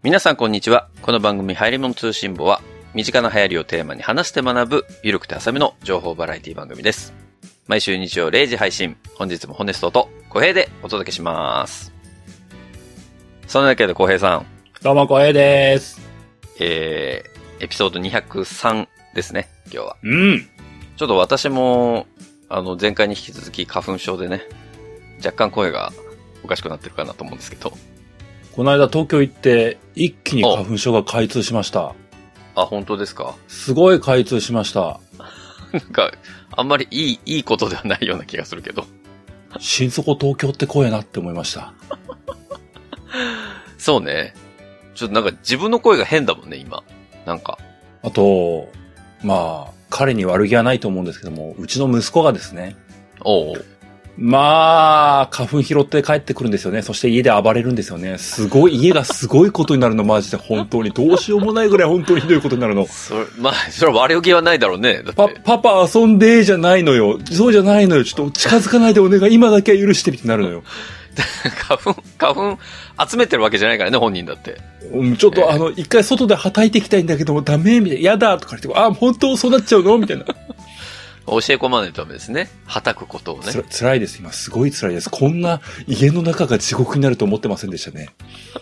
皆さんこんにちは。この番組流行り物通信簿は身近な流行りをテーマに話して学ぶゆるくて浅めの情報バラエティ番組です。毎週日曜0時配信。本日もホネストと小平でお届けします。そのわけで小平さん。 どうも小平です。 エピソード203ですね、今日は。 うん。 ちょっと私も前回に引き続き花粉症でね、若干声がおかしくなってるかなと思うんですけど。 この間東京行って一気に花粉症が開通しました。 あ、本当ですか？ すごい開通しました。 なんか、あんまりいいことではないような気がするけど。 心底東京って声なって思いました。 そうね。ちょっとなんか自分の声が変だもんね、今。なんか。 あと、まあ、彼に悪気はないと思うんですけども、うちの息子がですね。 おう。 まあ、花粉拾って帰ってくるんですよね。そして家で暴れるんですよね。家がすごいことになるの、マジで。本当に。どうしようもないぐらい本当にひどいことになるの。 それは悪気はないだろうね。だって。 パパ遊んでじゃないのよ。そうじゃないのよ。ちょっと近づかないでお願い。今だけは許してみてなるのよ。 花粉集めてるわけじゃないからね、本人だって。 ちょっと一回外ではたいていきたいんだけども、ダメみたいな。やだとか言って、本当そうなっちゃうのみたいな。 教え込まないとダメですね。はたくことをね。 辛いです。今すごい辛いです。こんな家の中が地獄になると思ってませんでしたね。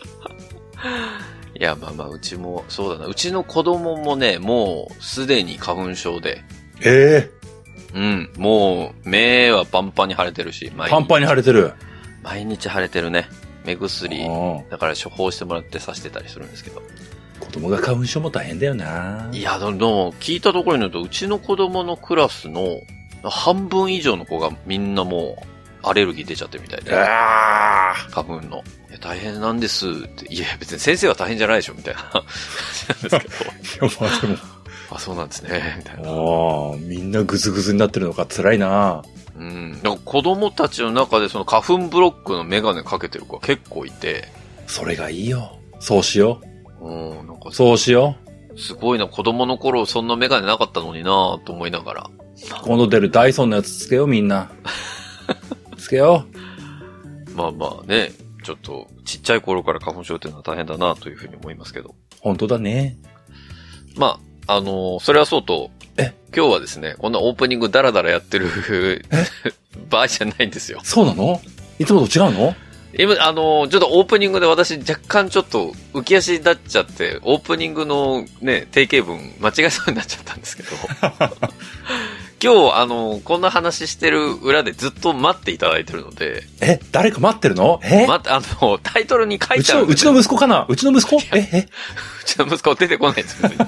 いや、まあ、うちも、そうだな。うちの子供もね、もうすでに花粉症で。うん。もう、目はパンパンに腫れてるし、 パンパンに腫れてる。 毎日腫れてるね。目薬。だから処方してもらってさしてたりするんですけど。 子供が花粉症も大変だよな。 いや、聞いたところによると、うちの子供のクラスの半分以上の子がみんなもうアレルギー出ちゃってるみたいで。花粉の。いや、大変なんですって。いや、別に先生は大変じゃないでしょ、みたいな感じなんですけど。いや、まあでも。あ、そうなんですね、みたいな。 みんなグズグズになってるのか辛いな。 うん。だから子供たちの中でその花粉ブロックのメガネかけてる子が結構いて。 それがいいよ。そうしよう。 なんかそうしよう。すごいな、子供の頃そんなメガネなかったのになぁと思いながら。 今度出るダイソンのやつつけよう、みんな。つけよう。まあまあね、ちょっとちっちゃい頃から花粉症っていうのは大変だなというふうに思いますけど。 本当だね。 まあ、それはそうと、今日はですね、こんなオープニングダラダラやってる場合じゃないんですよ。 そうなの？いつもと違うの？ 今、ちょっとオープニングで私若干ちょっと浮き足立っちゃって、オープニングのね、定型文間違えそうになっちゃったんですけど。今日、こんな話してる裏でずっと待っていただいてるので。 誰か待ってるの？ タイトルに書いてある、 うちの息子かな？うちの息子？うちの息子出てこないですよね。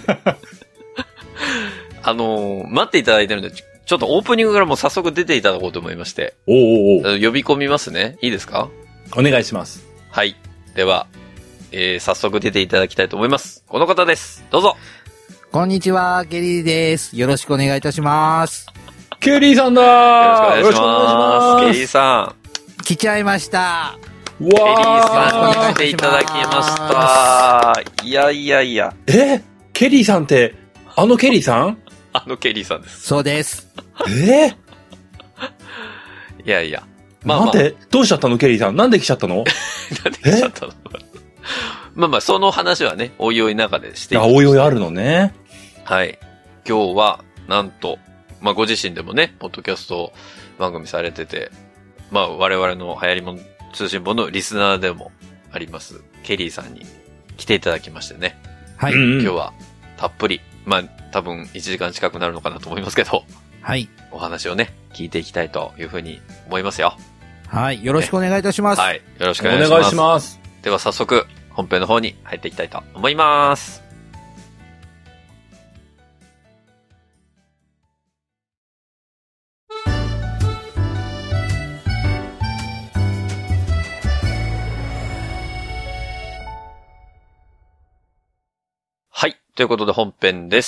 待っていただいてるんで、ちょっとオープニングからもう早速出ていただこうと思いまして。呼び込みますね。いいですか？ お願いします。 はい。では、早速出ていただきたいと思います。この方です。どうぞ。 こんにちは、ケリーです。よろしくお願いいたします。 ケリーさんだー。よろしくお願いします。ケリーさん。来ちゃいました。 ケリーさんに来ていただきました。いや。 ケリーさんって、ケリーさん？ ケリーさんです。 そうです。 いや。 なんでどうしちゃったのケリーさん？なんで来ちゃったの？ なんで来ちゃったの？まあ、その話はね、おいおい中でしていきましょう。 おいおいあるのね。 はい。今日は、なんと、まあ、ご自身でもね、ポッドキャスト番組されてて、まあ、我々の流行り物通信簿のリスナーでもあります、ケリーさんに来ていただきましてね。 はい。 今日は、たっぷり、まあ、多分1時間近くなるのかなと思いますけど、 はい。 お話をね、聞いていきたいというふうに思いますよ。 はい。よろしくお願いいたします。 はい。よろしくお願いします。 お願いします。 では早速、本編の方に入っていきたいと思います。はい。ということで本編です。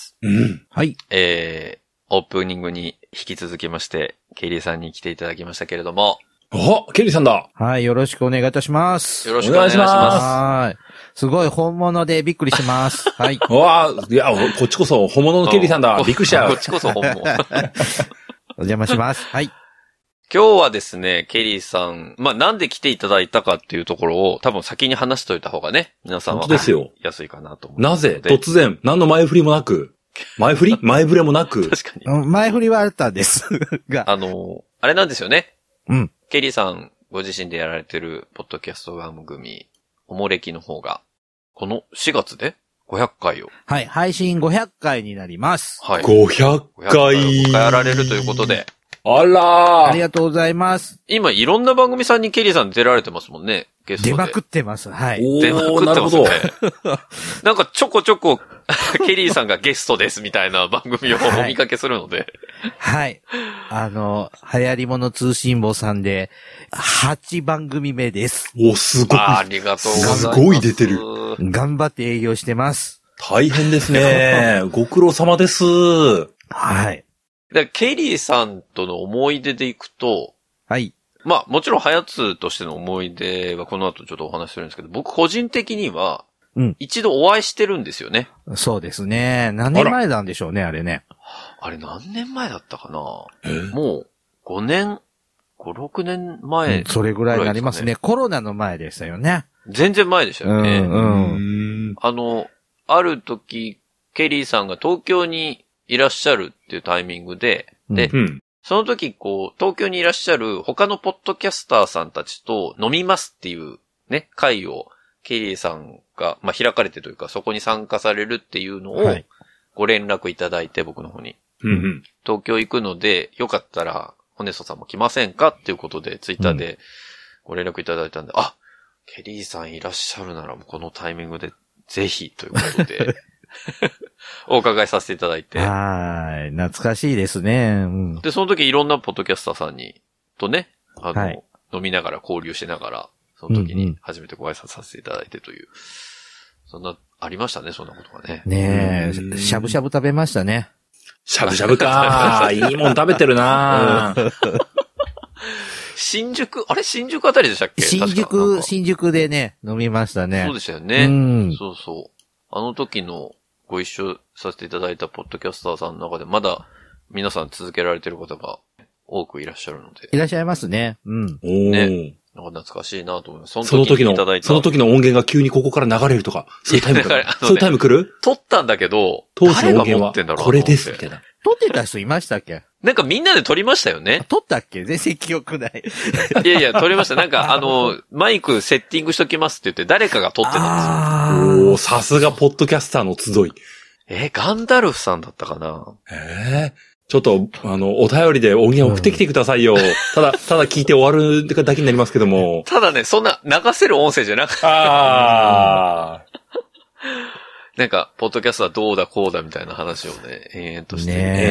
はい。 オープニングに引き続きまして、ケイリーさんに来ていただきましたけれども。 ケリーさんだ。 はい。よろしくお願いいたします。 よろしくお願いします。 はい。すごい本物でびっくりします。はい。 いや、こっちこそ本物のケリーさんだ。びっくりしちゃう。 こっちこそ本物。 お邪魔します。はい。 今日はですね、ケリーさん、なんで来ていただいたかっていうところを多分先に話しといた方がね、皆さんは本当ですよ。 安いかなと思う。 なぜ突然、何の前振りもなく、前振り前触れもなく。 確かに。 前振りはあったんですが。 あれなんですよね。 うん。 ケリーさんご自身でやられてるポッドキャスト番組、おもれきの方が、この4月で500回を。 はい、配信500回になります。 はい。500回。 やられるということで。 あらー。 ありがとうございます。 今いろんな番組さんにケリーさん出られてますもんね。ゲストで。 出まくってます。はい。 出まくってますね。なんかちょこちょこケリーさんがゲストですみたいな番組をお見かけするので。 はい。流行り物通信簿さんで8番組目です。 お、すごい。 ありがとうございます。 すごい出てる。 頑張って営業してます。 大変ですね。ご苦労様です。 はい。 ケリーさんとの思い出でいくと、 はい。 もちろんハヤツとしての思い出はこの後ちょっとお話しするんですけど、僕個人的には、一度お会いしてるんですよね。 そうですね。何年前なんでしょうね、あれね。 あれ何年前だったかな。もう5年、5、6年前、 それぐらいになりますね。コロナの前でしたよね。 全然前でしたよね。ある時、ケリーさんが東京にいらっしゃるっていうタイミングで、その時東京にいらっしゃる他のポッドキャスターさんたちと飲みますっていうね、会をケリーさんが、開かれてというか、そこに参加されるっていうのをご連絡いただいて、僕の方に。東京行くので、よかったら、ホネストさんも来ませんかっていうことで、ツイッターでご連絡いただいたんで、ケリーさんいらっしゃるならもうこのタイミングでぜひということで、お伺いさせていただいて。 はい。懐かしいですね。 で、その時いろんなポッドキャスターさんとね、飲みながら交流しながら、その時に初めてご挨拶させていただいてという、そんな、ありましたね、そんなことがね。 ねえ、しゃぶしゃぶ食べましたね。 しゃぶしゃぶかいいもん食べてるな新宿あたりでしたっけ？ 新宿でね、飲みましたね。 そうでしたよね。そうそう。あの時のご一緒させていただいたポッドキャスターさんの中で、まだ皆さん続けられてる方が多くいらっしゃるので。 いらっしゃいますね。 ね。懐かしいなと思います。 その時の音源が急にここから流れるとか、そういうタイム来る？そういうタイム来る？ 撮ったんだけど、 当時の音源はこれですみたいな。 撮ってた人いましたっけ？ なんかみんなで撮りましたよね。 撮ったっけ？全然記憶ない。 いやいや、撮りました。なんかマイクセッティングしときますって言って誰かが撮ってたんですよ。 さすがポッドキャスターの集い。 ガンダルフさんだったかな？ ちょっと、お便りで音源送ってきてくださいよ。ただ聞いて終わるだけになりますけども。 ただね、そんな流せる音声じゃなくて。なんか、ポッドキャストはどうだこうだみたいな話をね、延々として。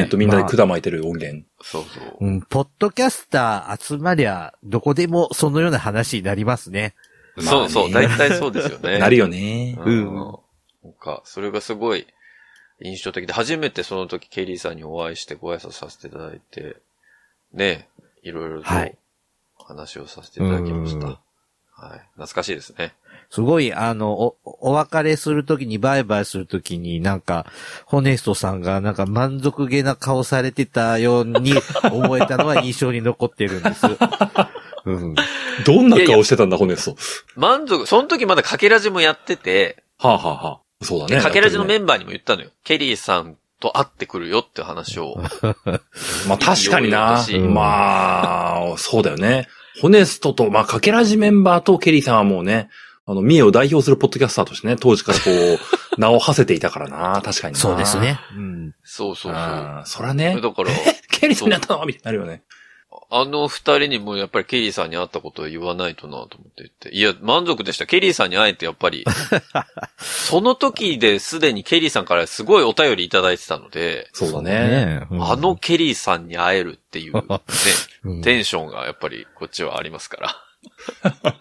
みんなで管巻いてる音源。 そうそう。 ポッドキャスター集まりゃ、どこでもそのような話になりますね。 そうそう、大体そうですよね。 なるよね。 なんか、それがすごい印象的で、初めてその時ケリーさんにお会いしてご挨拶させていただいて、ね、いろいろと話をさせていただきました。懐かしいですね。 すごい、お別れするときに、バイバイするときに、なんか、ホネストさんが、なんか満足げな顔されてたように思えたのは印象に残ってるんです。 どんな顔してたんだ、ホネスト。 その時まだかけラジもやってて、 そうだね。 かけラジのメンバーにも言ったのよ。ケリーさんと会ってくるよって話を。 確かにな。そうだよね。ホネストと、かけラジメンバーとケリーさんはもうね、三重を代表するポッドキャスターとしてね、当時から名を馳せていたからな、確かにな。 そうですね。 そう。 そらね。 だから、 ケリーさんに会ったのみたいになるよね。 二人にもやっぱりケリーさんに会ったことを言わないとなと思って言って。いや、満足でした。ケリーさんに会えてやっぱり、その時ですでにケリーさんからすごいお便りいただいてたので、 そうだね。 ケリーさんに会えるっていう、ね、テンションがやっぱりこっちはありますから。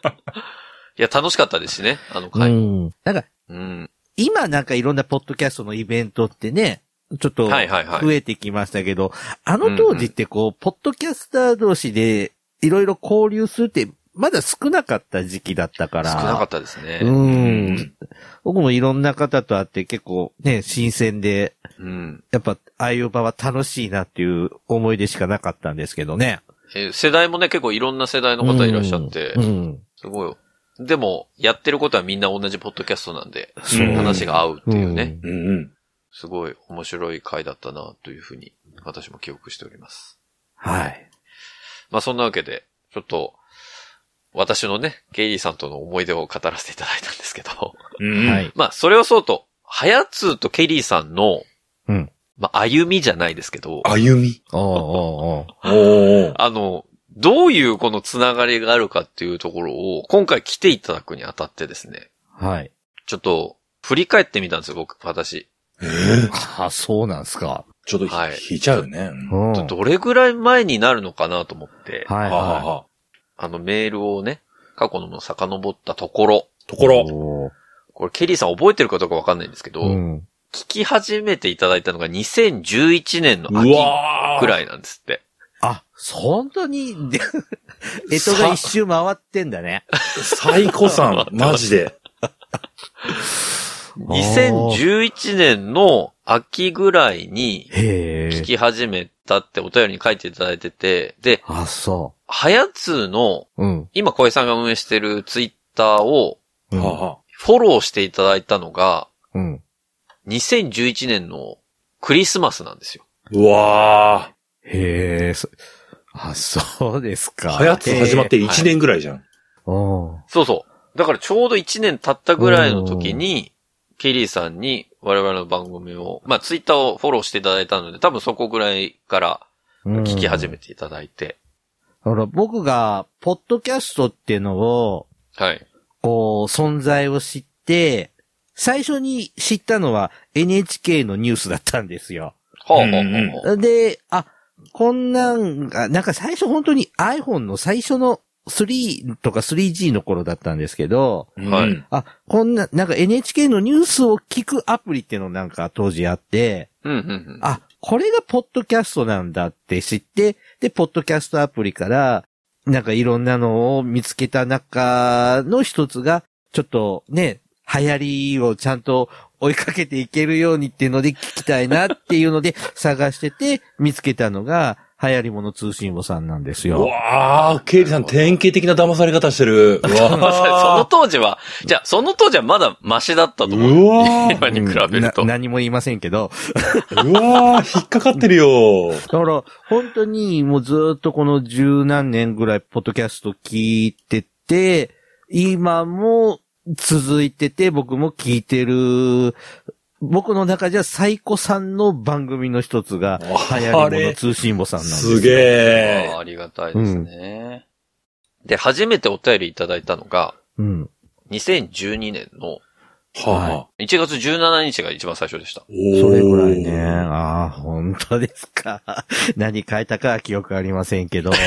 いや、楽しかったですしね、回。 なんか、今なんかいろんなポッドキャストのイベントってね、ちょっと増えてきましたけど、当時ってポッドキャスター同士でいろいろ交流するってまだ少なかった時期だったから。 少なかったですね。 僕もいろんな方と会って結構ね、新鮮で、やっぱああいう場は楽しいなっていう思い出しかなかったんですけどね。 世代もね、結構いろんな世代の方いらっしゃって、すごい。でも、やってることはみんな同じポッドキャストなんで、話が合うっていうね。すごい面白い回だったな、というふうに、私も記憶しております。 はい。 まあそんなわけで、ちょっと、私のね、ケイリーさんとの思い出を語らせていただいたんですけど、 はい。 まあそれはそうと、はやつーとケリーさんの、まあ歩みじゃないですけど、 歩みどういうこのつながりがあるかっていうところを、今回来ていただくにあたってですね。 はい。 ちょっと、振り返ってみたんですよ、私。 そうなんですか。 ちょっと引いちゃうよね。 どれぐらい前になるのかなと思って、 はい。 メールをね、過去のも遡ったところ。 これ、ケリーさん覚えてるかどうかわかんないんですけど、聞き始めていただいたのが2011年の秋ぐらいなんですって。 本当に、干支が一周回ってんだね。 最高さん、マジで。 2011年の秋ぐらいに聞き始めたってお便りに書いていただいてて、で、はやつーの、今小江さんが運営してるツイッターを、フォローしていただいたのが、2011年のクリスマスなんですよ。 うわー。そうですか。 はやつー始まって1年ぐらいじゃん。 そうそう。だからちょうど1年経ったぐらいの時に、ケリーさんに我々の番組を、まあツイッターをフォローしていただいたので、多分そこぐらいから聞き始めていただいて。 僕が、ポッドキャストっていうのを、存在を知って、最初に知ったのは NHK のニュースだったんですよ。で、こんなんが、なんか最初本当に iPhone の最初の3とか 3G の頃だったんですけど、こんな、なんか NHK のニュースを聞くアプリっていうのなんか当時あって、これがポッドキャストなんだって知って、で、ポッドキャストアプリから、なんかいろんなのを見つけた中の一つが、ちょっとね、流行りをちゃんと追いかけていけるようにっていうので聞きたいなっていうので探してて見つけたのが、流行り物通信簿さんなんですよ。 うわー、ケイリーさん典型的な騙され方してる。 その当時はまだマシだったと思う。今に比べると。 何も言いませんけど。 うわー、引っかかってるよ。 だから、本当にもうずっとこの十何年ぐらいポッドキャスト聞いてて、今も続いてて僕も聞いてる、僕の中じゃ最古さんの番組の一つが、流行り物通信簿さんなんですよ。 すげえ。 ありがたいですね。で、初めてお便りいただいたのが、2012年の、1月17日が一番最初でした。 それぐらいね。本当ですか。何変えたかは記憶ありませんけど。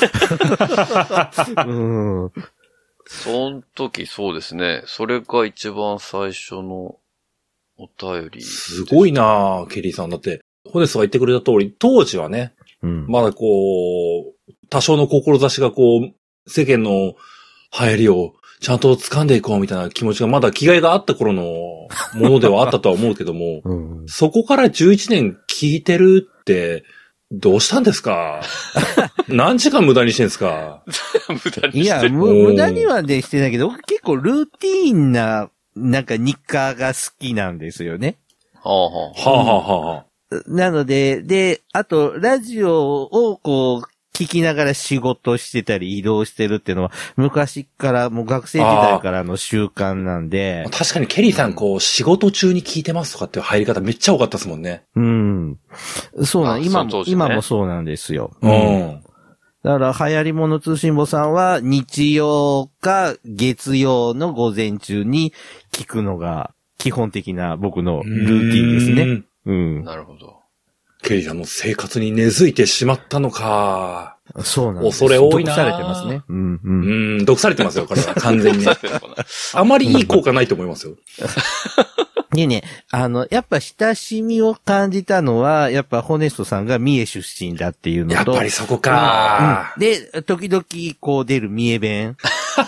その時そうですね。それが一番最初のお便り。 すごいなぁ、ケリーさん。だって、ホネスが言ってくれた通り、当時はね、まだ多少の志が世間の流行りをちゃんと掴んでいこうみたいな気持ちがまだ気概があった頃のものではあったとは思うけども、そこから11年聞いてるって、どうしたんですか何時間無駄にしてんですか無駄にして。 いや、無駄にはねしてないけど、僕結構ルーティーンな、なんか日課が好きなんですよね。なので、あと、ラジオを聞きながら仕事してたり移動してるっていうのは、昔からもう学生時代からの習慣なんで。 確かにケリーさん仕事中に聞いてますとかっていう入り方めっちゃ多かったですもんね。 そうなん、今もそうなんですよ。だから、流行り物通信簿さんは日曜か月曜の午前中に聞くのが基本的な僕のルーティンですね。 なるほど。 ケリーさんの生活に根付いてしまったのか。 そうなんです。 恐れ多いな。 毒されてますね。 毒されてますよ、これは完全にね。あまりいい効果ないと思いますよ。 でね、やっぱ親しみを感じたのは、やっぱホネストさんが三重出身だっていうのと。 やっぱりそこか。 で、時々出る三重弁。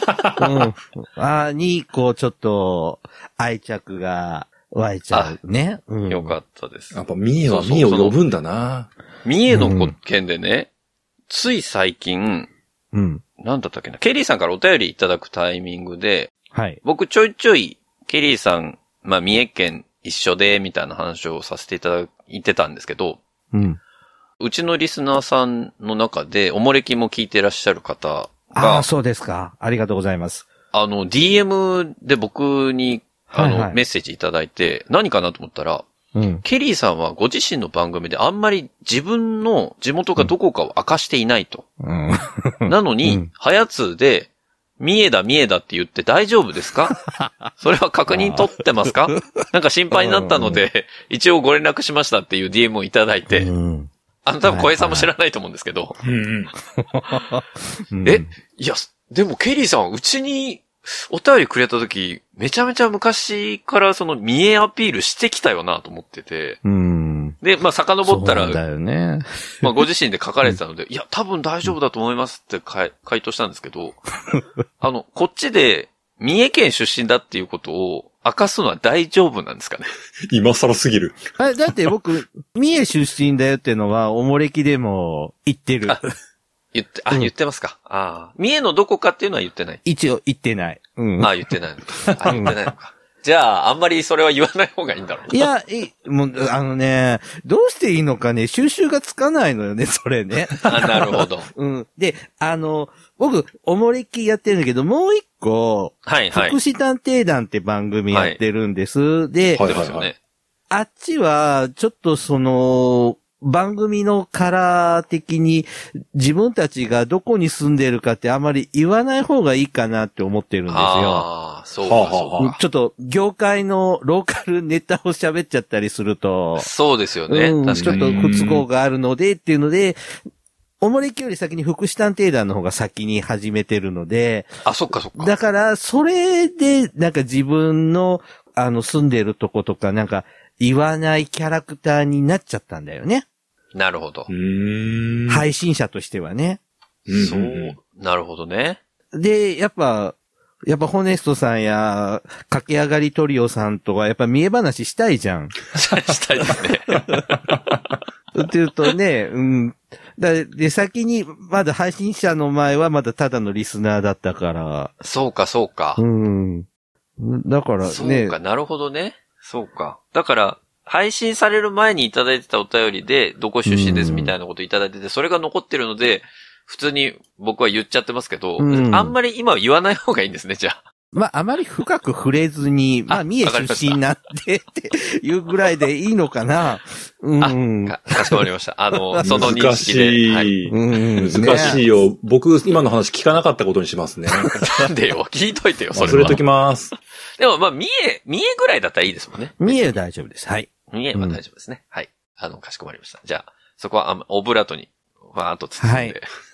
に、ちょっと、愛着が湧いちゃうね。 よかったです。 やっぱ三重は三重を呼ぶんだな。 三重の件でね、 つい最近、 うん。 なんだったっけな、ケリーさんからお便りいただくタイミングで、 はい。 僕ちょいちょい、ケリーさん、まあ、三重県一緒で、みたいな話をさせていただいてたんですけど、 うん。 うちのリスナーさんの中で、おもれきも聞いてらっしゃる方が、 ああ、そうですか。ありがとうございます。 DM で僕に、 はいはい、 メッセージいただいて、何かなと思ったら、 うん、 ケリーさんはご自身の番組であんまり自分の地元がどこかを明かしていないと。 うん、 なのに、はやつで、三重だって言って大丈夫ですか？それは確認取ってますか？なんか心配になったので、一応ご連絡しましたっていう DM をいただいて、多分小江さんも知らないと思うんですけど。いや、でもケリーさん、うちにお便りくれたとき、めちゃめちゃ昔からその三重アピールしてきたよなと思ってて。で、まあ、遡ったら、 そうだよね。 まあ、ご自身で書かれてたので、いや、多分大丈夫だと思いますって回答したんですけど、こっちで、三重県出身だっていうことを明かすのは大丈夫なんですかね？ 今更すぎる。 だって僕、三重出身だよってのは、おもれきでも言ってる。 言ってますか。三重のどこかっていうのは言ってない。 一応言ってない。 言ってないのか。言ってないのか。じゃあ、あんまりそれは言わない方がいいんだろう。 いや、もう、どうしていいのかね、収集がつかないのよね、それね。 なるほど。 で、僕、おもれきやってるんだけど、もう一個、 はいはい。 福祉探偵団って番組やってるんです。で、あっちは、ちょっと番組のカラー的に自分たちがどこに住んでるかってあまり言わない方がいいかなって思ってるんですよ。 そうか。 ちょっと業界のローカルネタを喋っちゃったりすると。 そうですよね。確かに。ちょっと不都合があるのでっていうので、おもれきより先に福祉探偵団の方が先に始めてるので。 そっか。 だから、それで、なんか自分の、住んでるとことか、なんか、言わないキャラクターになっちゃったんだよね。 なるほど。 配信者としてはね。 そう。なるほどね。 で、やっぱホネストさんや、駆け上がりトリオさんとはやっぱ見え話したいじゃん。 したいですね。 っていうとね、で、先に、まだ配信者の前はまだただのリスナーだったから。 そうか。 だからね。 そうか、なるほどね。そうか。だから、配信される前にいただいてたお便りで、どこ出身ですみたいなこといただいてて、それが残ってるので、普通に僕は言っちゃってますけど、あんまり今は言わない方がいいんですね、じゃあ。 まあ、あまり深く触れずに、まあ、三重出身なんでっていうぐらいでいいのかな。 かしこまりました。その認識で。難しいよ。僕、今の話聞かなかったことにしますね。 なんでよ。聞いといてよ、それは。 忘れときます。 でも、まあ、三重ぐらいだったらいいですもんね。 三重大丈夫です。はい。 三重は大丈夫ですね。はい。かしこまりました。じゃあ、そこは、オブラートに、わーっと包んで。はい。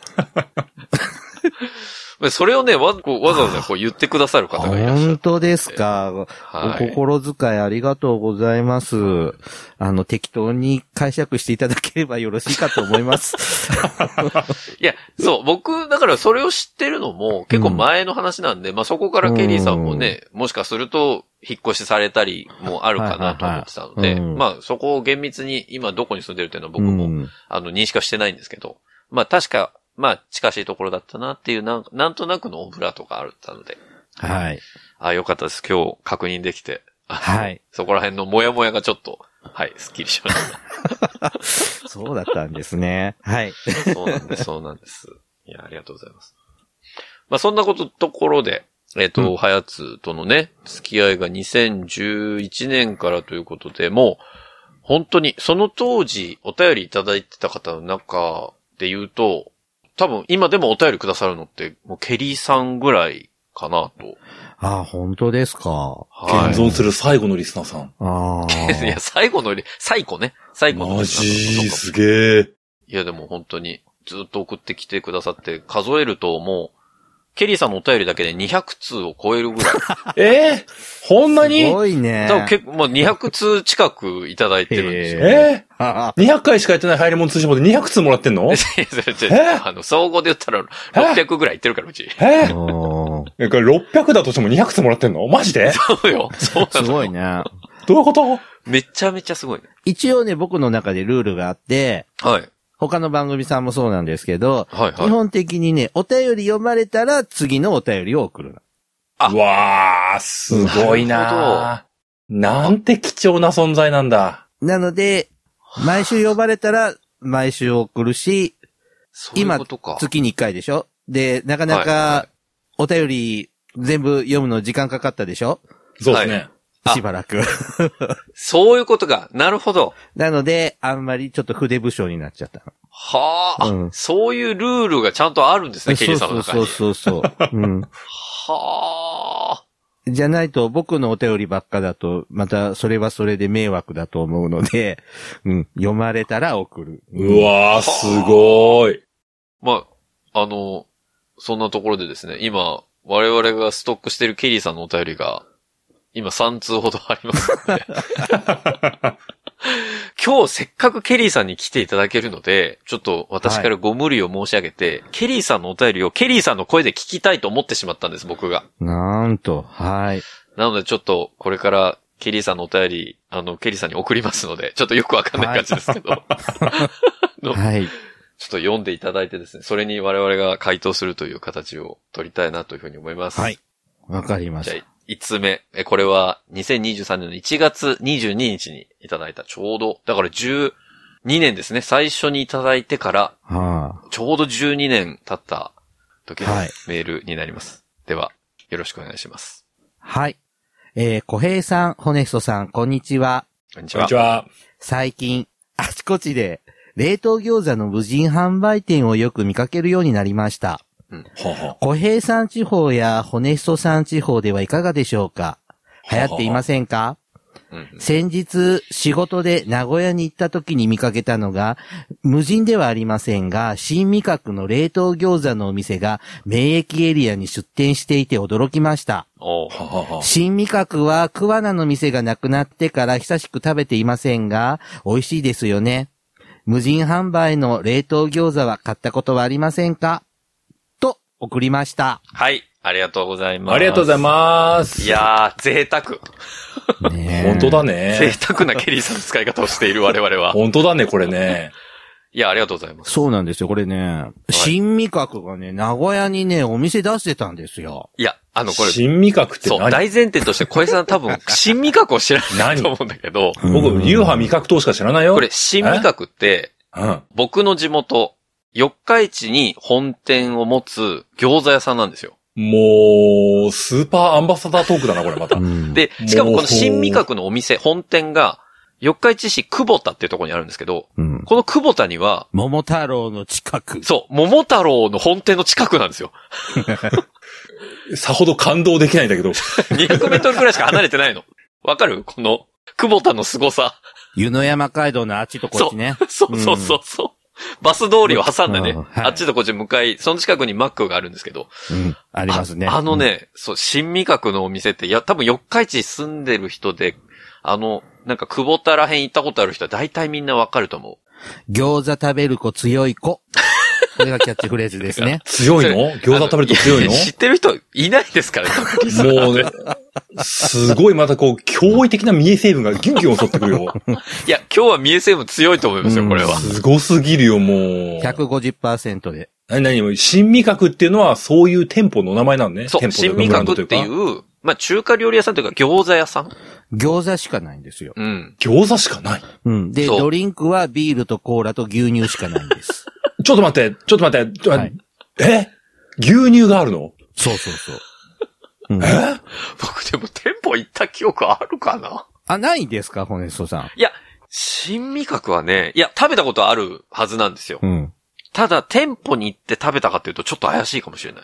それをね、わざわざこう言ってくださる方がいらっしゃる。 本当ですか。お心遣いありがとうございます。適当に解釈していただければよろしいかと思います。 いや、そう、僕、だからそれを知ってるのも結構前の話なんで、まあそこからケリーさんもね、もしかすると引っ越しされたりもあるかなと思ってたので、まあそこを厳密に今どこに住んでるっていうのは僕も、認識はしてないんですけど、まあ確か、まあ、近しいところだったなっていう、なんとなくのオブラートがあったので。 はい。 よかったです。今日確認できて。 はい。 そこら辺のモヤモヤがちょっと、はい、スッキリしました。 そうだったんですね。はい。 そうなんです。いや、ありがとうございます。まあ、そんなところで、はやつとのね、付き合いが2011年からということで、もう、本当に、その当時、お便りいただいてた方の中で言うと、多分今でもお便りくださるのってもうケリーさんぐらいかなと。 本当ですか。 はい。現存する最後のリスナーさん。 いや、最後の最古ね。最古のリスナーさん。 マジすげえ。 いやでも本当にずっと送ってきてくださって数えるともう、ケリーさんのお便りだけで200通を超えるぐらい。 ほんまに？ すごいね。 多分結構、もう200通近くいただいてるんですよ。 200回しかやってない入り物通信簿で200通もらってんの？ 総合で言ったら600ぐらいいってるから、うち。 これ600だとしても200通もらってんの？マジで？ そうよ。そうすごいね。 どういうこと？ めちゃめちゃすごいね。 一応ね、僕の中でルールがあって、 はい。 他の番組さんもそうなんですけど、 はいはい、 基本的にね、お便り読まれたら次のお便りを送る。 うわー、すごいなー。なんて貴重な存在なんだ。 なので、毎週呼ばれたら毎週送るし、今、月に1回でしょ？で、なかなかお便り全部読むの時間かかったでしょ？ そうですね。 しばらく。 そういうことか。なるほど。 なので、あんまりちょっと筆不詳になっちゃった。 はあ、うん、そういうルールがちゃんとあるんですね、ケリーさんの中に。 そう。うん。 はあ。 じゃないと、僕のお便りばっかだと、またそれはそれで迷惑だと思うので、うん。読まれたら送る。 うわー、すごい。 まあ、そんなところでですね、今、我々がストックしているケリーさんのお便りが、今3通ほどありますので今日せっかくケリーさんに来ていただけるので、ちょっと私からご無理を申し上げて、はい、ケリーさんのお便りをケリーさんの声で聞きたいと思ってしまったんです、僕が。 なんと、はい。 なのでちょっとこれからケリーさんのお便り、ケリーさんに送りますので、ちょっとよくわかんない感じですけど。はい。ちょっと読んでいただいてですね、それに我々が回答するという形を取りたいなというふうに思います。 はい。わかりました。 じゃあ1つ目。これは2023年の1月22日にいただいたちょうど、だから12年ですね。最初にいただいてから、ちょうど12年経った時のメールになります。はい、では、よろしくお願いします。 はい。小平さん、ホネストさん、こんにちは。 こんにちは。 最近、あちこちで、冷凍餃子の無人販売店をよく見かけるようになりました。小平山地方やホネスト山地方ではいかがでしょうか？流行っていませんか？先日仕事で名古屋に行った時に見かけたのが、無人ではありませんが、新味覚の冷凍餃子のお店が名駅エリアに出店していて驚きました。新味覚は桑名の店がなくなってから久しく食べていませんが、美味しいですよね。無人販売の冷凍餃子は買ったことはありませんか？送りました。 はい。ありがとうございます。 ありがとうございます。 いやー、贅沢。 本当だね。 贅沢なケリーさんの使い方をしている我々は。 本当だね、これね。 いや、ありがとうございます。 そうなんですよ、これね。新味覚がね、名古屋にね、お店出してたんですよ。 いや、これ。 新味覚って何？ そう、大前提として小江さん多分、新味覚を知らないと思うんだけど。 僕、流派味覚糖しか知らないよ。 これ、新味覚って、僕の地元、四日市に本店を持つ餃子屋さんなんですよ。 もう、スーパーアンバサダートークだな、これまた。 で、しかもこの新味覚のお店、本店が、四日市市久保田っていうところにあるんですけど、この久保田には、 桃太郎の近く。 そう、桃太郎の本店の近くなんですよ。 さほど感動できないんだけど。 200メートルくらいしか離れてないの。わかる？この、久保田の凄さ。 湯の山街道のあっちとこっちね。 そう。バス通りを挟んでね、あっちとこっち向かい、その近くにマックがあるんですけど。 ありますね。 そう、新味覚のお店って、多分四日市住んでる人で、なんか久保田ら辺行ったことある人は大体みんなわかると思う。餃子食べる子強い子。これがキャッチフレーズですね。 強いの？餃子食べると強いの？ 知ってる人いないですからね。 もうね、すごいまた驚異的な見え成分がギュンギュン襲ってくるよ。 いや、今日は見え成分強いと思いますよ、これは。 すごすぎるよ、もう。 150% で。 新味覚っていうのはそういう店舗の名前なのね。 そう、新味覚っていう、まあ中華料理屋さんというか餃子屋さん？ 餃子しかないんですよ。 餃子しかない。 で、ドリンクはビールとコーラと牛乳しかないんです。 ちょっと待って。はい、牛乳があるの？ そう。 僕でも店舗行った記憶あるかな？ ないんですか、ホネストさん。 いや、新味覚はね、食べたことあるはずなんですよ。ただ、店舗に行って食べたかっていうとちょっと怪しいかもしれない。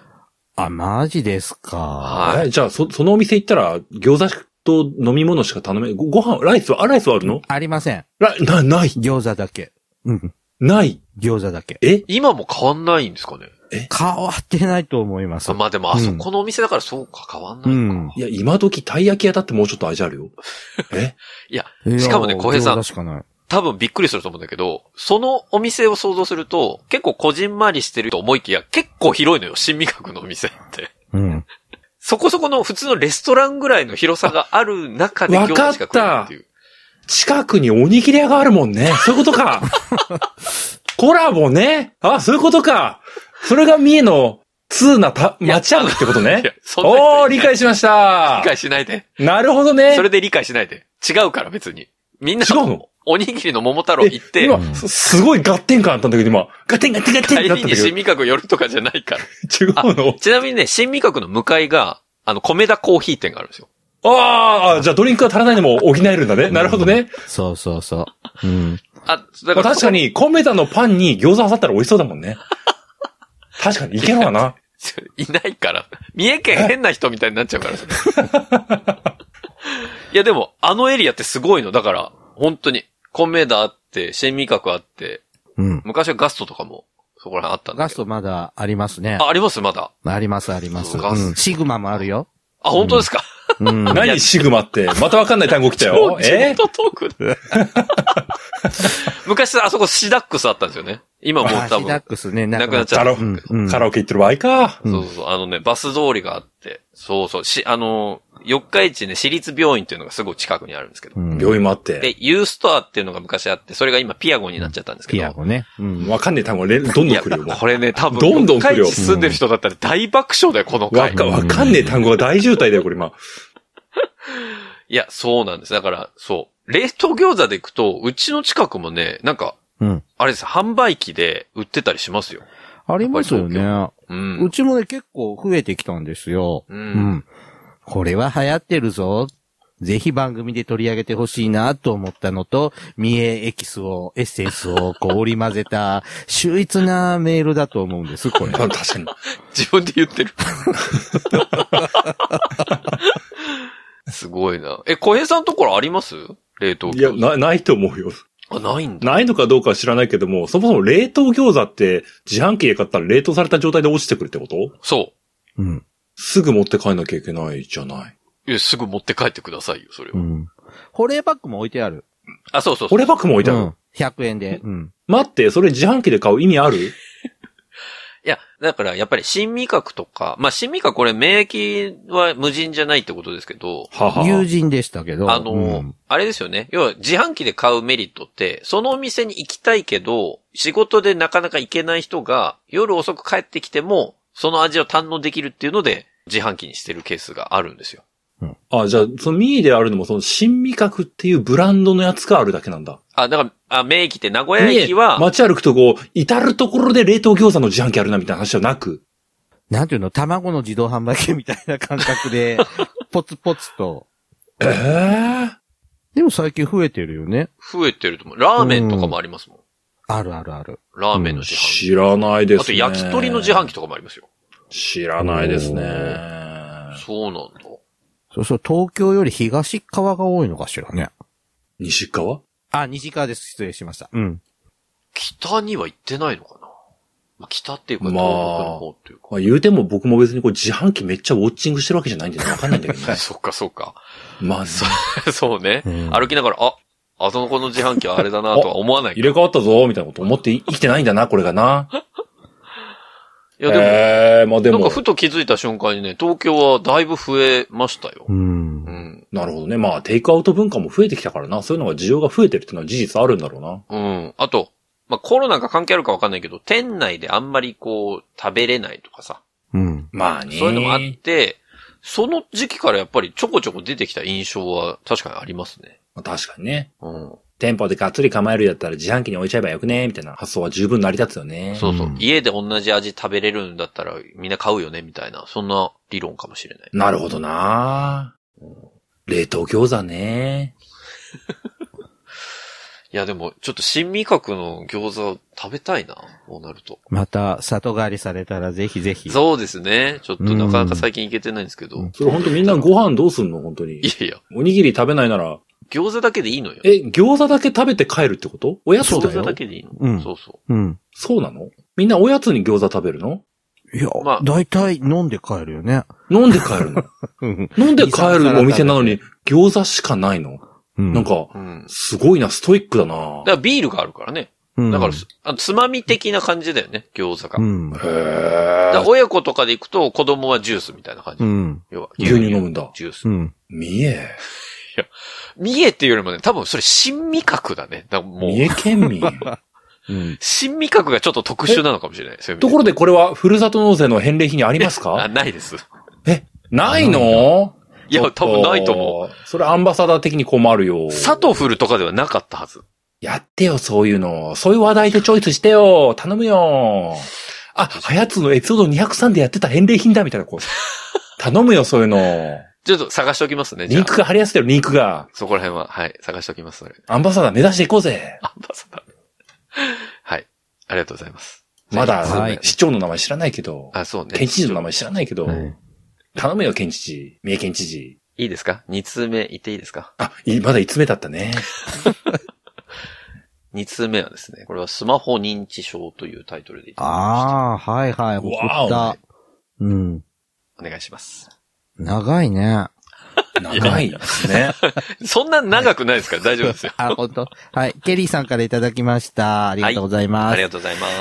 マジですか。 はい。 じゃあ、そのお店行ったら、餃子と飲み物しか頼め、ご飯、ライスはあるの？ ありません。 ない。 餃子だけ。 ない。 餃子だけ。 今も変わんないんですかね？ 変わってないと思います。 まあでもあそこのお店だからそうか変わんないか。 いや、今時たい焼き屋だってもうちょっと味あるよ。 いや、しかもね、小平さん。 しかない。 多分びっくりすると思うんだけど、そのお店を想像すると、結構こじんまりしてると思いきや、結構広いのよ、新味覚のお店って。そこそこの普通のレストランぐらいの広さがある中で餃子しか食えないっていう。 近くにおにぎり屋があるもんね。そういうことか。 コラボね。あ、そういうことか。それが三重の通な街歩きってことね。おー、理解しました。 理解しないで。 なるほどね。 それで理解しないで。違うから別に。みんな、 違うの？ おにぎりの桃太郎行って。 今、すごい合点感あったんだけど、今。合点ってなったんだけど。 帰りに新味覚寄るとかじゃないから。 違うの？ ちなみにね、新味覚の向かいが、米田コーヒー店があるんですよ。 ああ、じゃあドリンクが足らないのも補えるんだね。なるほどね。 そうそうそう。うん。 だから確かに、米田のパンに餃子挟ったら美味しそうだもんね。確かに、いけるわな。 いないから。三重県変な人みたいになっちゃうから。いやでも、エリアってすごいの。だから、本当に、米田あって、新味覚あって、 うん。 昔はガストとかも、そこら辺あったんだけど。 ガストまだありますね。 ありますまだ。 あります。 ガスシグマもあるよ。 あ、本当ですか？ うん。何シグマって。またわかんない単語来たよ。 地元トークで。昔あそこシダックスあったんですよね。今もう多分。 シダックスね、 なくなっちゃった。 カラオケ行ってる場合か。 そう。バス通りがあって。そう。四日市ね、私立病院っていうのがすごい近くにあるんですけど。 病院もあって。 で、ユーストアっていうのが昔あって、それが今ピアゴになっちゃったんですけど。 ピアゴね。 わかんねえ単語どんどん来るよ。 これね、多分、 どんどん来るよ。 四日市住んでる人だったら大爆笑だよ、この回。 わかんねえ単語が大渋滞だよ、これ今。 いや、そうなんです。だから、そう。冷凍餃子で行くと、うちの近くもね、なんか、あれです、販売機で売ってたりしますよ。 ありますよね。うちもね、結構増えてきたんですよ。これは流行ってるぞ。ぜひ番組で取り上げてほしいなと思ったのと、三重エッセンスを織り交ぜた、秀逸なメールだと思うんです、これ。 確かに。 自分で言ってる。すごいな。小平さんのところあります？冷凍餃子。 いや、ないと思うよ。 あ、ないんだ。 ないのかどうかは知らないけども、そもそも冷凍餃子って自販機で買ったら冷凍された状態で落ちてくるってこと？ そう。 すぐ持って帰んなきゃいけないじゃない。 いや、すぐ持って帰ってくださいよ、それは。 保冷パックも置いてある。 あ、そう。 保冷パックも置いてある。 100円で。 待って、それ自販機で買う意味ある？ いや、だからやっぱり新味覚とか、まあ新味覚これ免疫は無人じゃないってことですけど、 友人でしたけど、 あれですよね。要は自販機で買うメリットって、そのお店に行きたいけど、仕事でなかなか行けない人が夜遅く帰ってきても、その味を堪能できるっていうので、自販機にしてるケースがあるんですよ。 じゃあ、そのミーであるのもその新味覚っていうブランドのやつがあるだけなんだ。 だから、名駅って名古屋駅は。 街歩くとこう、至るところで冷凍餃子の自販機あるなみたいな話はなく。 なんていうの、卵の自動販売機みたいな感覚で、ポツポツと。でも最近増えてるよね。 増えてると思う。ラーメンとかもありますもん。 ある。ラーメンの自販機。 知らないですね。 あと焼き鳥の自販機とかもありますよ。 知らないですね。 そうなんだ。 そう、東京より東側が多いのかしらね。 西側？ 西側です。失礼しました。 北には行ってないのかな？北っていうか、東北の方っていうか。 言うても僕も別にこう自販機めっちゃウォッチングしてるわけじゃないんでわかんないんだけどね。 そっか。 まあ、 そうね。歩きながら、あその子の自販機はあれだなとは思わない。 入れ替わったぞ、みたいなこと思って生きてないんだな、これがな。 いやでも、なんかふと気づいた瞬間にね、東京はだいぶ増えましたよ。 なるほどね。まあ、テイクアウト文化も増えてきたからな。そういうのが需要が増えてるっていうのは事実あるんだろうな。あと、まあコロナが関係あるかわかんないけど、店内であんまりこう、食べれないとかさ。 まあね。 そういうのもあって、その時期からやっぱりちょこちょこ出てきた印象は確かにありますね。 確かにね。店舗でがっつり構えるやったら自販機に置いちゃえばよくねみたいな発想は十分成り立つよね。 そう。家で同じ味食べれるんだったらみんな買うよねみたいな、そんな理論かもしれない。 なるほどな。冷凍餃子ね。 いやでも、ちょっと新味覚の餃子食べたいな、こうなると。 また、里帰りされたらぜひぜひ。 そうですね。ちょっとなかなか最近行けてないんですけど。 それ本当みんなご飯どうすんの本当に。 いや。 おにぎり食べないなら。 餃子だけでいいのよ。 餃子だけ食べて帰るってこと？おやつだよ。 餃子だけでいいの？そう。 そうなの？みんなおやつに餃子食べるの？ いや、だいたい飲んで帰るよね。 飲んで帰るの？飲んで帰るお店なのに餃子しかないの？なんか、すごいな、ストイックだな。だからビールがあるからね。だから、つまみ的な感じだよね、餃子が。だから親子とかで行くと子供はジュースみたいな感じ。 要は牛乳飲むんだ。 ジュース。 三重。 三重っていうよりもね、多分それ新味覚だね。 もう三重県民。 新味覚がちょっと特殊なのかもしれないですよ。 ところでこれは、ふるさと納税の返礼品にありますか？ ないです。 ないの？ いや、多分ないと思う。 それアンバサダー的に困るよ。 サトフルとかではなかったはず。 やってよ、そういうの。そういう話題でチョイスしてよ。頼むよ。あ、はやつのエピソード203でやってた返礼品だみたいな、頼むよ、そういうの。 ちょっと探しておきますね、じゃあ。 リンクが貼り合わせてる、リンクが。 そこら辺は、はい、探しておきます。 アンバサダー目指していこうぜ。 アンバサダー。はい。ありがとうございます。 まだ、市長の名前知らないけど。 そうね。 県知事の名前知らないけど。頼むよ、県知事。三重県知事。 いいですか ?2 通目言っていいですか？ まだ1通目だったね。 2通目はですね、これはスマホ認知症というタイトルでいただきました。 はいはい、送った。 お願いします。 長いね。 長いですね。 そんな長くないですから大丈夫ですよ。 本当。はい。ケリーさんからいただきました。ありがとうございます。 ありがとうございます。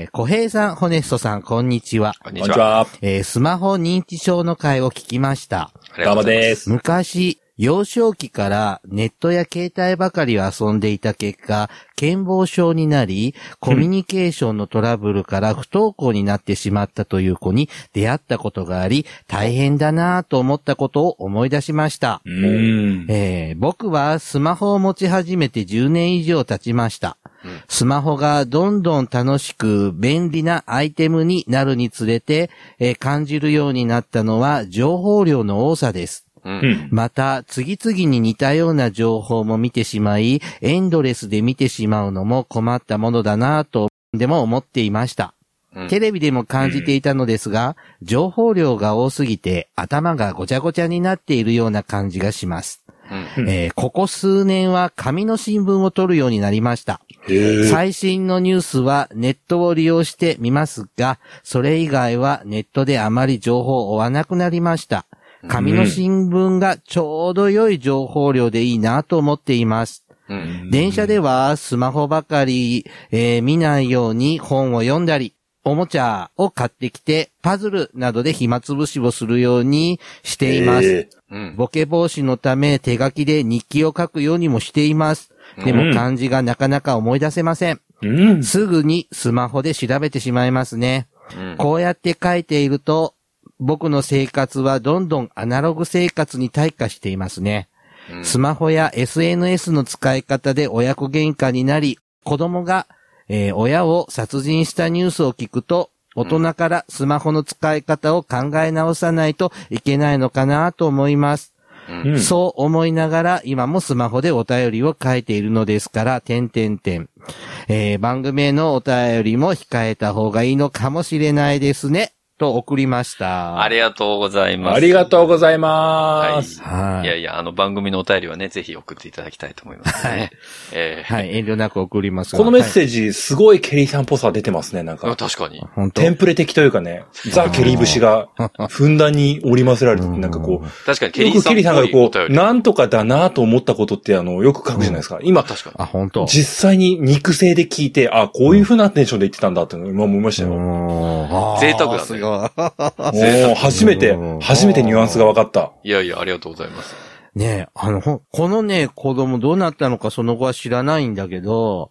小平さん、ホネストさん、こんにちは。 こんにちは。 スマホ認知症の回を聞きました。 どうもです。 昔、幼少期からネットや携帯ばかりを遊んでいた結果、健忘症になり、コミュニケーションのトラブルから不登校になってしまったという子に出会ったことがあり、大変だなぁと思ったことを思い出しました。僕はスマホを持ち始めて10年以上経ちました。スマホがどんどん楽しく便利なアイテムになるにつれて、感じるようになったのは情報量の多さです。また、次々に似たような情報も見てしまい、エンドレスで見てしまうのも困ったものだなぁと、でも思っていました。テレビでも感じていたのですが、情報量が多すぎて頭がごちゃごちゃになっているような感じがします。ここ数年は紙の新聞を取るようになりました。最新のニュースはネットを利用して見ますが、それ以外はネットであまり情報を追わなくなりました。紙の新聞がちょうど良い情報量でいいなと思っています。電車ではスマホばかり、見ないように本を読んだり、おもちゃを買ってきてパズルなどで暇つぶしをするようにしています。ボケ防止のため手書きで日記を書くようにもしています。でも漢字がなかなか思い出せません。すぐにスマホで調べてしまいますね。こうやって書いていると、僕の生活はどんどんアナログ生活に退化していますね。スマホや SNS の使い方で親子喧嘩になり、子供が、親を殺人したニュースを聞くと、大人からスマホの使い方を考え直さないといけないのかなと思います。そう思いながら今もスマホでお便りを書いているのですから、番組へのお便りも控えた方がいいのかもしれないですね。と送りました。 ありがとうございます。 ありがとうございます。 いやいや、番組のお便りはね、ぜひ送っていただきたいと思いますね。 はい、遠慮なく送ります。 このメッセージ、すごいケリーさんっぽさ出てますね、なんか。 確かに。 テンプレ的というかね、ザ・ケリー節が、ふんだんに織り交ぜられて、なんかこう。 確かにケリーさんがこう、なんとかだなと思ったことってよく書くじゃないですか。今、 確かに。 本当。 実際に肉声で聞いて、こういう風なテンションで言ってたんだって今思いましたよ。 贅沢だね。 初めてニュアンスが分かった。 いやいや、ありがとうございます。 ねえ、このね、子供どうなったのかその後は知らないんだけど、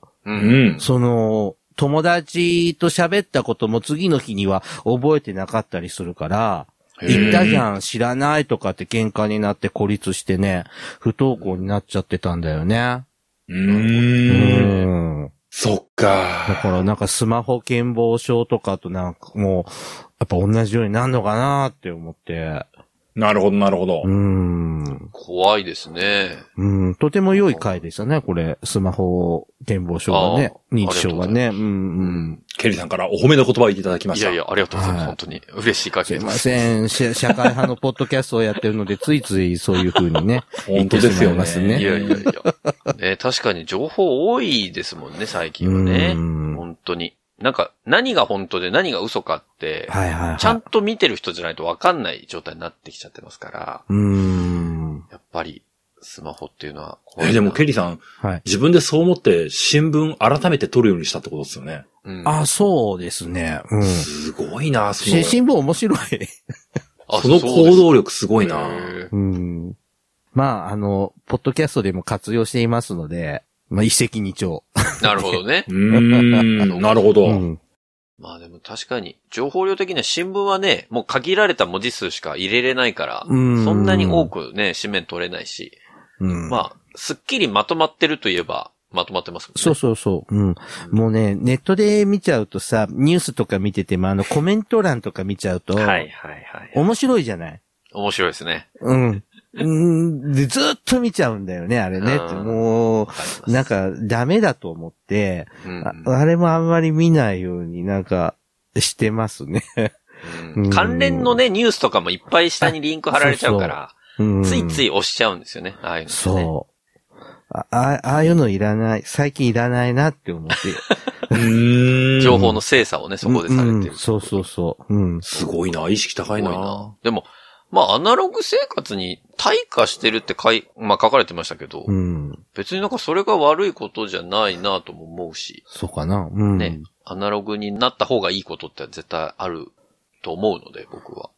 友達と喋ったことも次の日には覚えてなかったりするから、言ったじゃん、知らないとかって喧嘩になって孤立してね、不登校になっちゃってたんだよね。 そっか。 だからなんかスマホ健忘症とかとなんかもう、やっぱ同じようになるのかなって思って。 なるほど、なるほど。 怖いですね。 とても良い回でしたね、これ。スマホ健忘症がね。認知症がね。 ケリーさんからお褒めの言葉をいただきました。 いやいや、ありがとうございます。本当に。嬉しい限りです。 すいません。社会派のポッドキャストをやってるので、ついついそういう風にね。 本当ですよね。 いやいやいや。確かに情報多いですもんね、最近はね。本当に。なんか、何が本当で何が嘘かって、ちゃんと見てる人じゃないと分かんない状態になってきちゃってますから、やっぱり、スマホっていうのは怖い。 でも、ケリーさん、自分でそう思って新聞改めて撮るようにしたってことですよね。 そうですね。 すごいな、 新聞面白い。 その行動力すごいな。 まあ、ポッドキャストでも活用していますので、 まあ、一石二鳥。 なるほどね。 なるほど。 まあでも確かに、情報量的には新聞はね、もう限られた文字数しか入れれないから、そんなに多くね、紙面取れないし、まあ、すっきりまとまってるといえば、まとまってますもんね。 そう。もうね、ネットで見ちゃうとさ、ニュースとか見てても、コメント欄とか見ちゃうと、面白いじゃない？ 面白いですね。 で、ずっと見ちゃうんだよね、あれね。もう、なんか、ダメだと思って、あれもあんまり見ないようになんか、してますね。 関連のね、ニュースとかもいっぱい下にリンク貼られちゃうから、ついつい押しちゃうんですよね、ああいうの、ね。 そう。ああいうのいらない、最近いらないなって思って。 情報の精査をね、そこでされてる。 そう。 すごいな、意識高いな。 でも、まあ、アナログ生活に退化してるって書かれてましたけど、別になんかそれが悪いことじゃないなとも思うし。 そうかな。 ね、アナログになった方がいいことって絶対あると思うので、僕は。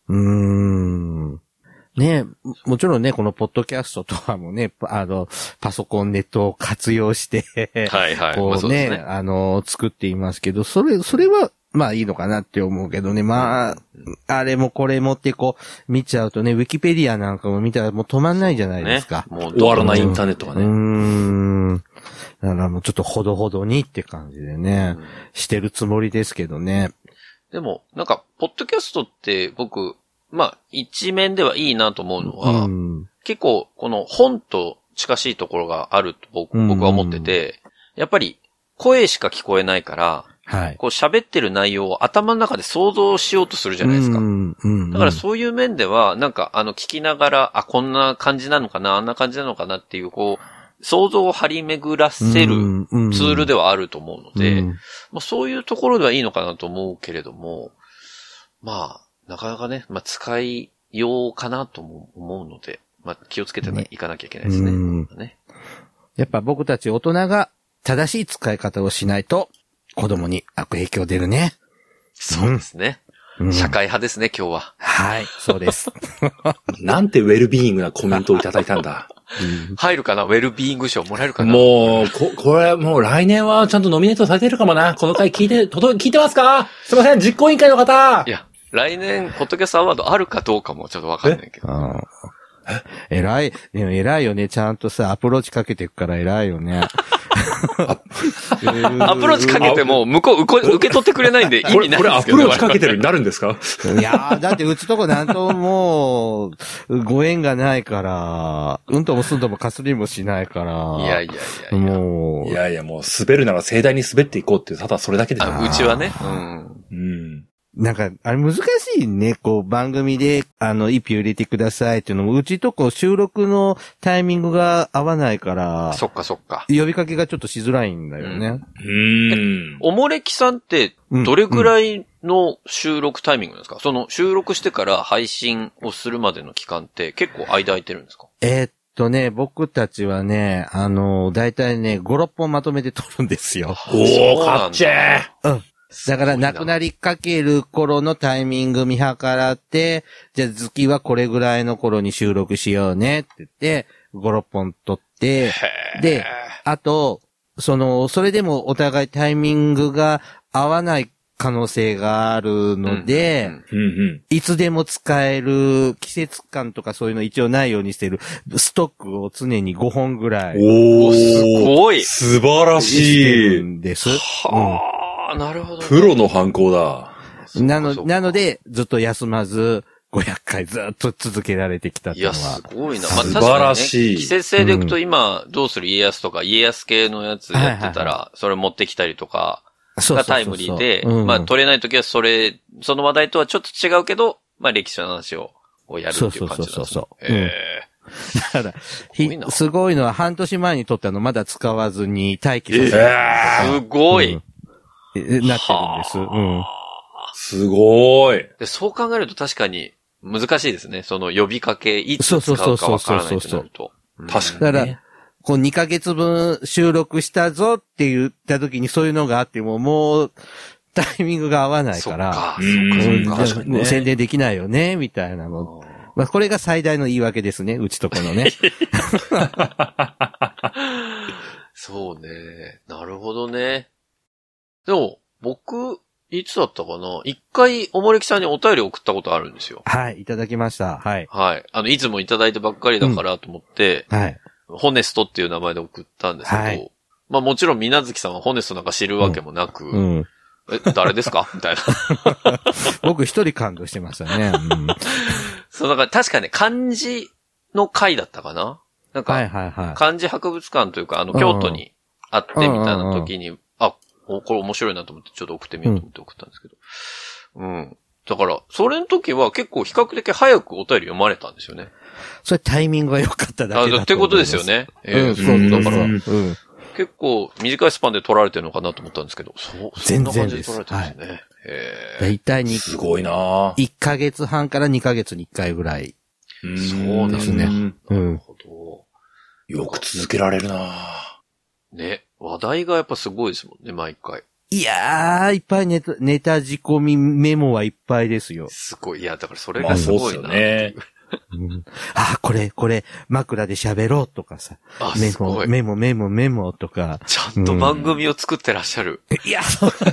ね、もちろんね、このポッドキャストとかもね、パソコンネットを活用して、こうね、作っていますけど、それは、まあいいのかなって思うけどね、まあ、あれもこれもってこう、見ちゃうとね、ウィキペディアなんかも見たらもう止まんないじゃないですか。 もう終わらないインターネットがね。 だからもうちょっとほどほどにって感じでね、してるつもりですけどね。 でも、なんか、ポッドキャストって僕、まあ、一面ではいいなと思うのは、結構、この本と近しいところがあると僕は思ってて、やっぱり声しか聞こえないから、こう喋ってる内容を頭の中で想像しようとするじゃないですか。だからそういう面では、なんか聞きながら、こんな感じなのかな、あんな感じなのかなっていう、こう、想像を張り巡らせるツールではあると思うので、まあ、そういうところではいいのかなと思うけれども、まあ、なかなかね、まあ、使いようかなとも思うので、まあ、気をつけていかなきゃいけないですね。 やっぱ僕たち大人が正しい使い方をしないと、子供に悪影響出るね。 そうですね。社会派ですね、今日は。 はい、そうです。 なんてウェルビーイングなコメントをいただいたんだ。 入るかな？ウェルビーイング賞もらえるかな？ もう、これ、もう来年はちゃんとノミネートされてるかもな。この回聞いてますか？すいません、実行委員会の方。 いや、来年、ポッドキャストアワードあるかどうかもちょっとわかんないけど。 偉いよね。ちゃんとさ、アプローチかけていくから偉いよね。 アプローチかけても、向こう受け取ってくれないんで意味ないんですけど。 これアプローチかけてるになるんですか？ いやー、だってうちとこなんともう、ご縁がないから、うんともすんともかすりもしないから。 いや。 もう。 いや、もう滑るなら盛大に滑っていこうっていう、ただそれだけで。 うちはね。 なんか、あれ難しいね。こう、番組で、一票入れてくださいっていうのも、うちとこ収録のタイミングが合わないから。 そっか。 呼びかけがちょっとしづらいんだよね。 おもれきさんって、どれぐらいの収録タイミングなんですか？その、収録してから配信をするまでの期間って結構間空いてるんですか？ 僕たちはね、だいたいね、5、6本まとめて撮るんですよ。 おー、かっちぇー。 だから、亡くなりかける頃のタイミング見計らって、じゃあ月はこれぐらいの頃に収録しようねって言って、5、6本撮って、で、あと、それでもお互いタイミングが合わない可能性があるので、いつでも使える季節感とかそういうの一応ないようにしてるストックを常に5本ぐらい。 おー、すごい。 素晴らしい。 んです。 なるほど、ね。 プロの犯行だ。 なので、ずっと休まず、500回ずっと続けられてきたっていうのは。 いや、すごいな。 まあ、素晴らしい。 季節性でいくと今、どうする家康とか、家康系のやつやってたら、それ持ってきたりとか、がタイムリーで、まあ、取れないときはその話題とはちょっと違うけど、まあ、歴史の話をやるっていう感じなんです。 そう。だから、すごいのは半年前に撮ったのまだ使わずに待機させてすごい。 なってるんです。 すごい。 で、そう考えると確かに難しいですね。その呼びかけ、いつ使うかわからないとなると。 確かに、ね。 だから、こう2ヶ月分収録したぞって言った時にそういうのがあってもうタイミングが合わないから。 確かにね。 宣伝できないよね、みたいなの。まあ、これが最大の言い訳ですね、うちとこのね。 そうね。なるほどね。でも、僕、いつだったかな？一回、おもれきさんにお便り送ったことあるんですよ。 はい、いただきました。はい。 はい。いつもいただいてばっかりだからと思って、 はい。 ホネストっていう名前で送ったんですけど、はい、まあもちろん水無月さんはホネストなんか知るわけもなく、誰ですかみたいな。 僕一人感動してましたね。 そう、だから確かね、漢字の会だったかな？なんか、漢字博物館というか、京都にあってみたいな時に、これ面白いなと思ってちょっと送ってみようと思って送ったんですけど。だから、それの時は結構比較的早くお便り読まれたんですよね。 それタイミングが良かっただけだと思います。 ってことですよね。そう、だから、結構短いスパンで取られてるのかなと思ったんですけど、そんな感じで取られてるんですね。 大体すごいな 1ヶ月半から2ヶ月に1回ぐらい。 そうですね。なるほど。 よく続けられるなね。話題がやっぱすごいですもんね、毎回。 いやー、いっぱいネタ仕込みメモはいっぱいですよ。 すごい。いや、だからそれがすごいな。ね。 これ、枕で喋ろうとかさ。メモとか。 ちゃんと番組を作ってらっしゃる。 いや、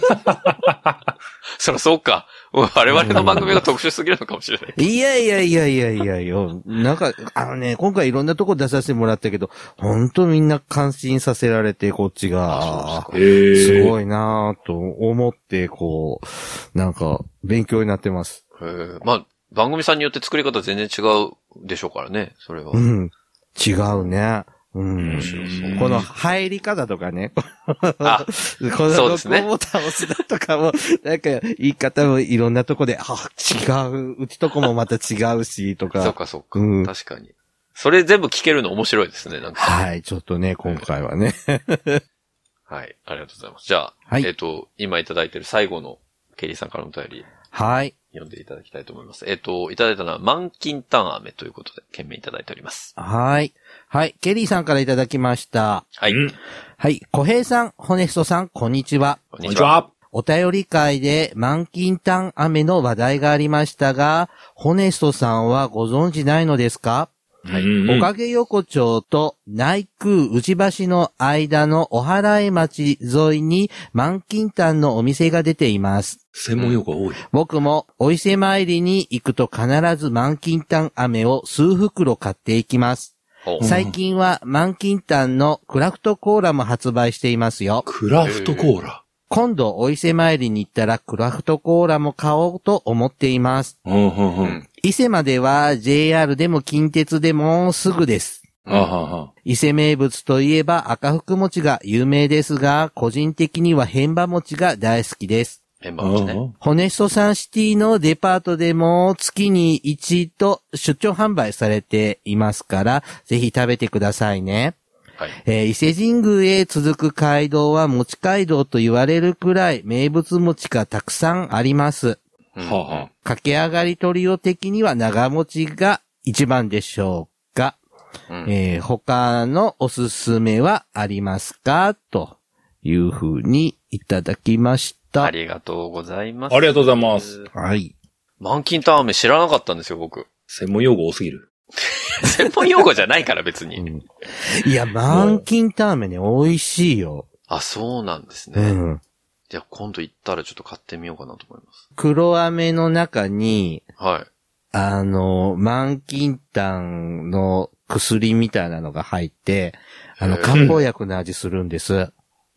そらそうか。我々の番組が特殊すぎるのかもしれない。 いや、なんか、今回いろんなとこ出させてもらったけど、ほんとみんな感心させられて、こっちが、すごいなぁと思って、なんか、勉強になってます。 まあ、番組さんによって作り方全然違うでしょうからね、それは。 違うね。面白そう。この入り方とかね。このそうですね。 ボタンを押すだとかも、なんか言い方もいろんなとこで、違う。うちとこもまた違うし、とか。 そうか。確かに。それ全部聞けるの面白いですね、なんか。 はい、ちょっとね、今回はね。 はい、ありがとうございます。じゃあ、今いただいている最後のケリーさんからのお便り。 はい。 読んでいただきたいと思います。いただいたのは、満金丹飴ということで、件名いただいております。 はい。はい。ケリーさんからいただきました。 はい。 はい。小平さん、ホネストさん、こんにちは。 こんにちは。 お便り会で満金丹飴の話題がありましたが、ホネストさんはご存知ないのですか？はい。おかげ横丁と内宮内橋の間のお払い町沿いに満金丹のお店が出ています。 専門用語多い。 僕もお伊勢参りに行くと必ず満金丹飴を数袋買っていきます。最近は満金丹のクラフトコーラも発売していますよ。 クラフトコーラ。 今度お伊勢参りに行ったらクラフトコーラも買おうと思っています。伊勢までは JR でも近鉄でもすぐです。伊勢名物といえば赤福餅が有名ですが、個人的には変馬餅が大好きです。 変馬餅ね。 ホネストサンシティのデパートでも月に一度出張販売されていますから、ぜひ食べてくださいね。はい、伊勢神宮へ続く街道は餅街道と言われるくらい名物餅がたくさんあります。駆け上がりトリオ的には長餅が一番でしょうか、他のおすすめはありますかというふうにいただきました。 ありがとうございます。 ありがとうございます。 はい。 満金丹飴知らなかったんですよ、僕。 専門用語多すぎる。 専門用語じゃないから別に。 いや、満金丹飴ね、美味しいよ。 あ、そうなんですね。じゃあ今度行ったらちょっと買ってみようかなと思います。 黒飴の中に、 はい。 満金丹の薬みたいなのが入って、漢方薬の味するんです。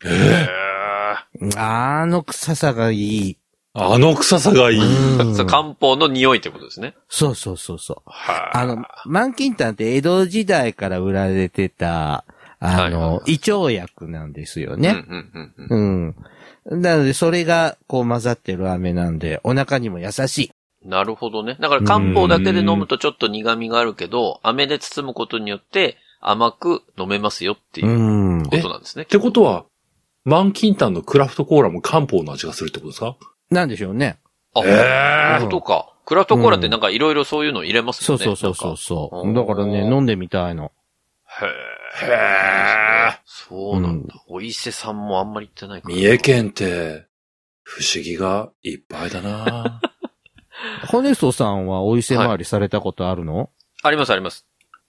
臭さがいい。 臭さがいい。 漢方の匂いってことですね。 そう。満金丹って江戸時代から売られてた、胃腸薬なんですよね。なので、それが混ざってる飴なんで、お腹にも優しい。 なるほどね。だから漢方だけで飲むとちょっと苦味があるけど、飴で包むことによって甘く飲めますよっていうことなんですね。 ってことは、満金丹のクラフトコーラも漢方の味がするってことですか？ なんでしょうね。 クラフトか。クラフトコーラってなんかいろいろそういうの入れますよね。 そう。だからね、飲んでみたいの。 へー。そうなんだ。お伊勢さんもあんまり行ってないから。 三重県って、不思議がいっぱいだなホネストさんはお伊勢回りされたことあるの？ あります。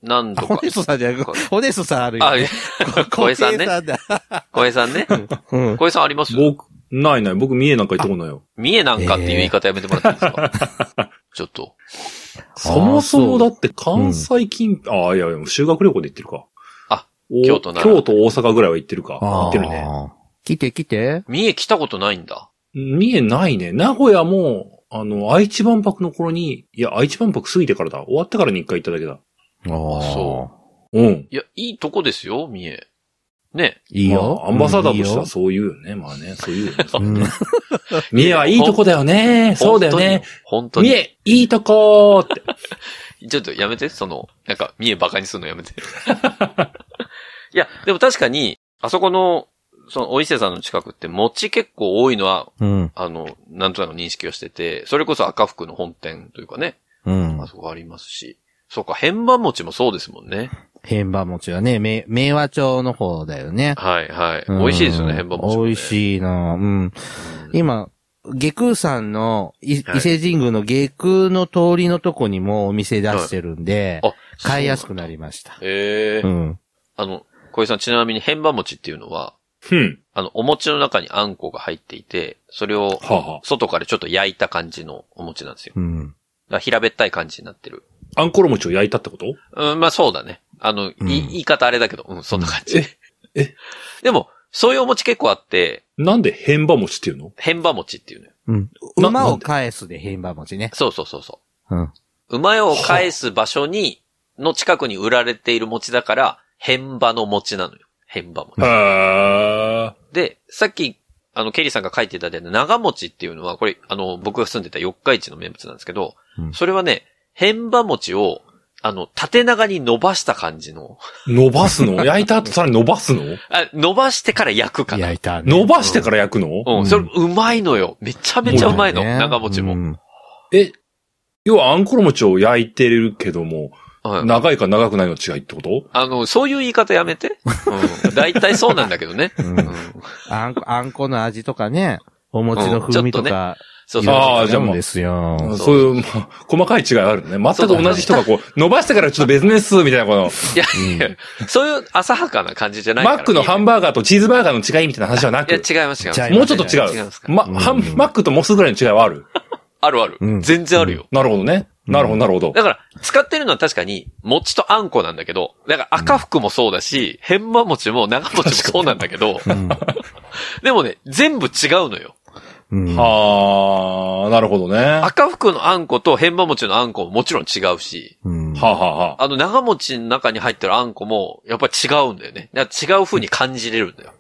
何度か。 ホネストさんじゃない、ホネストさんあるよ、ね。 小江さんね。小江さんね。小江さんあります？ ない。僕、三重なんか行ったことないよ。 三重なんかっていう言い方やめてもらっていいですか？ちょっと。 そもそもだって関西近、いや、修学旅行で行ってるか。京都、大阪ぐらいは行ってるか。行ってるね。 来て。 三重来たことないんだ。 三重ないね。名古屋も、愛知万博の頃に、いや、愛知万博過ぎてからだ。終わってからに一回行っただけだ。 そう。 うん。 いや、いいとこですよ、三重。ね。 いいよ。 アンバサダーとしてはそう言うよね。まあね、そう言うよね。三重はいいとこだよね。そうだよね。 本当に。 三重、いいとこーって。 ちょっとやめて、なんか、三重バカにするのやめて。いや、でも確かに、あそこの、お伊勢さんの近くって餅結構多いのは、なんとなく認識をしてて、それこそ赤福の本店というかね。あそこありますし。そうか、変馬餅もそうですもんね。 変馬餅はね、明和町の方だよね。 はいはい。美味しいですよね、変馬餅、ね。 美味しいな今、下空さんの、伊勢神宮の下空の通りのとこにもお店出してるんで、買いやすくなりました。 小井さん、ちなみに変馬餅っていうのは、お餅の中にあんこが入っていて、それを、外からちょっと焼いた感じのお餅なんですよ。だから平べったい感じになってる。 あんころ餅を焼いたってこと？ まあそうだね。言い方あれだけど、そんな感じ。でも、そういうお餅結構あって。 なんで変馬餅っていうの？ 変馬餅っていうのよ。 馬を返すで変馬餅ね。 そう。馬を返す場所の近くに売られている餅だから、変馬の餅なのよ。変馬餅。で、さっき、ケリーさんが書いていただいた長餅っていうのは、これ、僕が住んでた四日市の名物なんですけど、それはね、変馬餅を、縦長に伸ばした感じの。 伸ばすの？焼いた後さらに伸ばすの？ 伸ばしてから焼くかな。 焼いたね。 伸ばしてから焼くの？ それうまいのよ。めちゃめちゃうまいの。長餅も。 要はあんころ餅を焼いてるけども、長いか長くないの違いってこと？ そういう言い方やめて。大体そうなんだけどね。 あんこの味とかね、お餅の風味とか。 そう。 じゃあですよ。 そういう、細かい違いあるね。全く同じ人が伸ばしてからちょっと別です、みたいなこと。 いや、そういう浅はかな感じじゃないから。 マックのハンバーガーとチーズバーガーの違いみたいな話はなく。 いや、違います。 もうちょっと違う。マックとモスぐらいの違いはある？ ある。全然あるよ。 なるほどね。なるほど。 だから、使ってるのは確かに、餅とあんこなんだけど、だから赤福もそうだし、変馬餅も長餅もそうなんだけど、でもね、全部違うのよ。 なるほどね。 赤福のあんこと変馬餅のあんこももちろん違うし、長餅の中に入ってるあんこも、やっぱり違うんだよね。だから違う風に感じれるんだよ。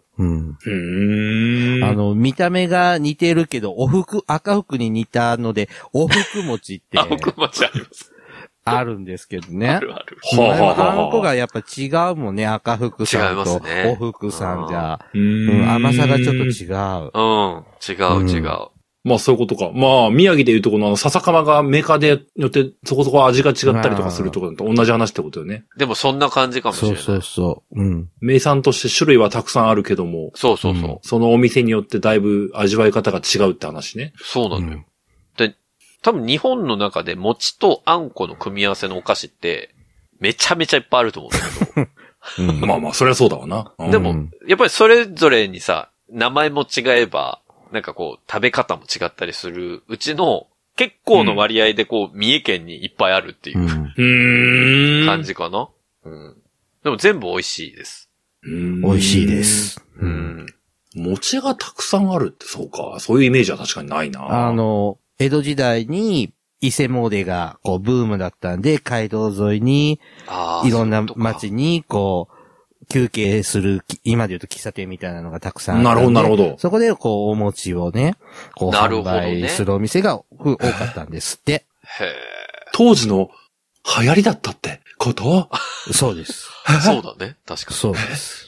見た目が似てるけど、赤福に似たので、おふく餅って。 赤福餅あります。 あるんですけどね。ある。 あんこがやっぱ違うもんね、赤福さんとおふくさんじゃ。甘さがちょっと違う。 違う。 まあそういうことか。まあ宮城でいうとこの笹かまがメカでよってそこそこ味が違ったりとかするところと同じ話ってことよね。 でもそんな感じかもしれない。 そう。 名産として種類はたくさんあるけども。 そう。 そのお店によってだいぶ味わい方が違うって話ね。 そうなのよ。で、多分日本の中で餅とあんこの組み合わせのお菓子ってめちゃめちゃいっぱいあると思うんだけど。 まあ、それはそうだわな。 でも、やっぱりそれぞれにさ、名前も違えば、なんかこう、食べ方も違ったりするうちの、結構の割合でこう、三重県にいっぱいあるっていう感じかな。でも全部美味しいです。 美味しいです。 餅がたくさんあるってそうか。そういうイメージは確かにないな。 江戸時代に伊勢詣がこうブームだったんで、街道沿いに、いろんな街にこう、休憩する、今で言うと喫茶店みたいなのがたくさんある。 なるほど。 そこでこうお餅をね、こう販売するお店が多かったんですって。 当時の流行りだったってことそうです。 そうだね。確かに。 そうです。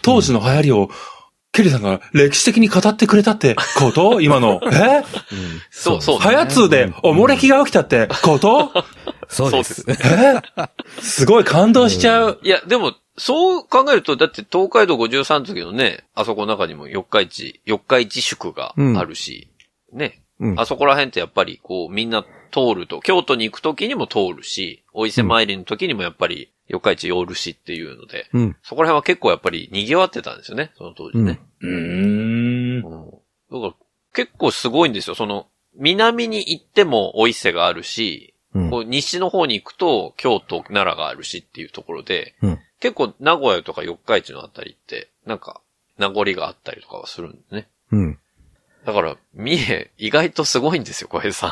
当時の流行りを、ケリーさんが歴史的に語ってくれたってこと今の。 そう。 はやつでおもれきが起きたってことそうです。 すごい感動しちゃう。 いや、でも、そう考えると、だって東海道53の時のね、あそこの中にも四日市宿があるし、ね。あそこら辺ってやっぱりこうみんな通ると、京都に行く時にも通るし、お伊勢参りの時にもやっぱり四日市夜市っていうので、そこら辺は結構やっぱり賑わってたんですよね、その当時ね。だから結構すごいんですよ。その、南に行ってもお伊勢があるし、こう西の方に行くと京都、奈良があるしっていうところで、結構名古屋とか四日市のあたりって、なんか名残があったりとかはするんですね。だから、三重意外とすごいんですよ、小平さん。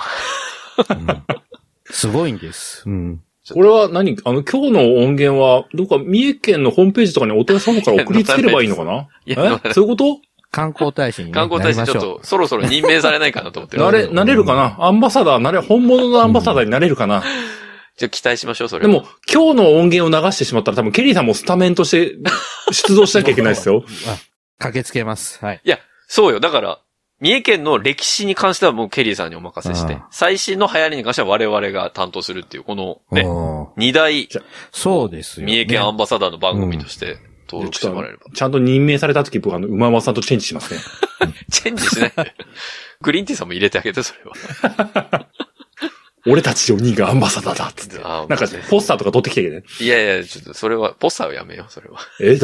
すごいんです。 これは何今日の音源は、どっか三重県のホームページとかにお問い合わせの方から送りつければいいのかなそういうこと？ 観光大使に、ね、 観光大使ちょっと、そろそろ任命されないかなと思ってる。 なれるかなアンバサダー、本物のアンバサダーになれるかなじゃあ期待しましょう、それは。 でも、今日の音源を流してしまったら多分ケリーさんもスタメンとして出動しなきゃいけないですよ。 駆けつけます。はい。 いや、そうよ。だから、三重県の歴史に関してはもうケリーさんにお任せして、最新の流行りに関しては我々が担当するっていう、このね、二大、 そうですよ、 三重県アンバサダーの番組として登録してもらえれば。 ちゃんと任命された時僕馬山さんとチェンジしますね。 チェンジしないで。グリーンティーさんも入れてあげて、それは。 俺たち4人がアンバサダーだっつって。なんか、ポスターとか取ってきてきてね。 いやいや、ちょっとそれは、ポスターをやめよう、それは。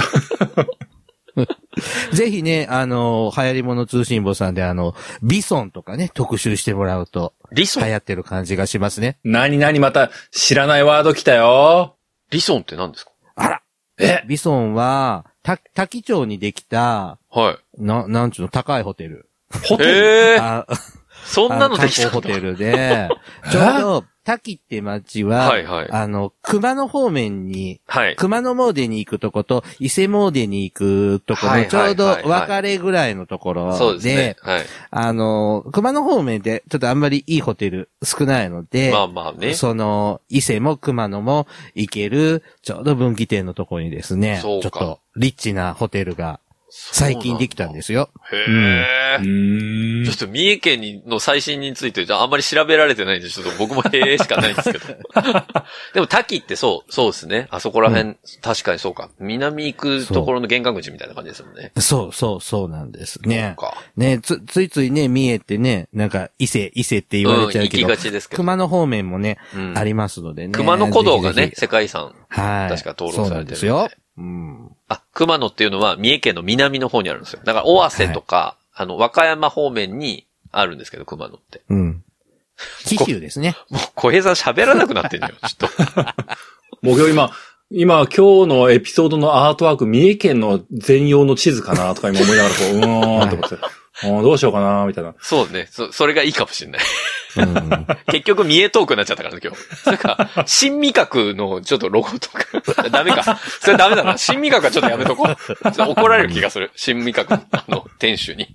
ぜひね、流行り物通信簿さんでビソンとかね、特集してもらうと、流行ってる感じがしますね。 なにまた知らないワード来たよ。 リソンって何ですか？ あら。ビソンは、滝町にできた、 はい。 なんちゅうの、高いホテル。 ホテル？そんなのできたホテルで、ちょうど、滝って町は、熊野方面に、熊野詣に行くとこと、伊勢詣に行くとこのちょうど分かれぐらいのところで、熊野方面でちょっとあんまりいいホテル少ないので、その、伊勢も熊野も行ける、ちょうど分岐点のところにですね、ちょっとリッチなホテルが、最近できたんですよ。 へー。ちょっと三重県の最新についてあんまり調べられてないんで、ちょっと僕もへーしかないんですけど。でも滝ってそうですね。あそこら辺、確かにそうか。南行くところの玄関口みたいな感じですもんね。 そうなんですね。ね、ついついね、三重ってね、なんか伊勢って言われちゃうけど、 行きがちですけど熊野方面もね、ありますのでね。 熊野古道がね、世界遺産。確か登録されてる。 そうなんですよ。 熊野っていうのは三重県の南の方にあるんですよ。だから、尾鷲とか、和歌山方面にあるんですけど、熊野って。 紀州ですね。 もう、小平さん喋らなくなってんのよ、ちょっと。 もう今日のエピソードのアートワーク、三重県の全容の地図かなとか今思いながらと思って。どうしようかなみたいな。 そうね。それがいいかもしれない。結局、三重トークになっちゃったからね、今日。なんか、新味覚のちょっとロゴとか、ダメか。それダメだな。新味覚はちょっとやめとこう。ちょっと怒られる気がする。新味覚の店主に。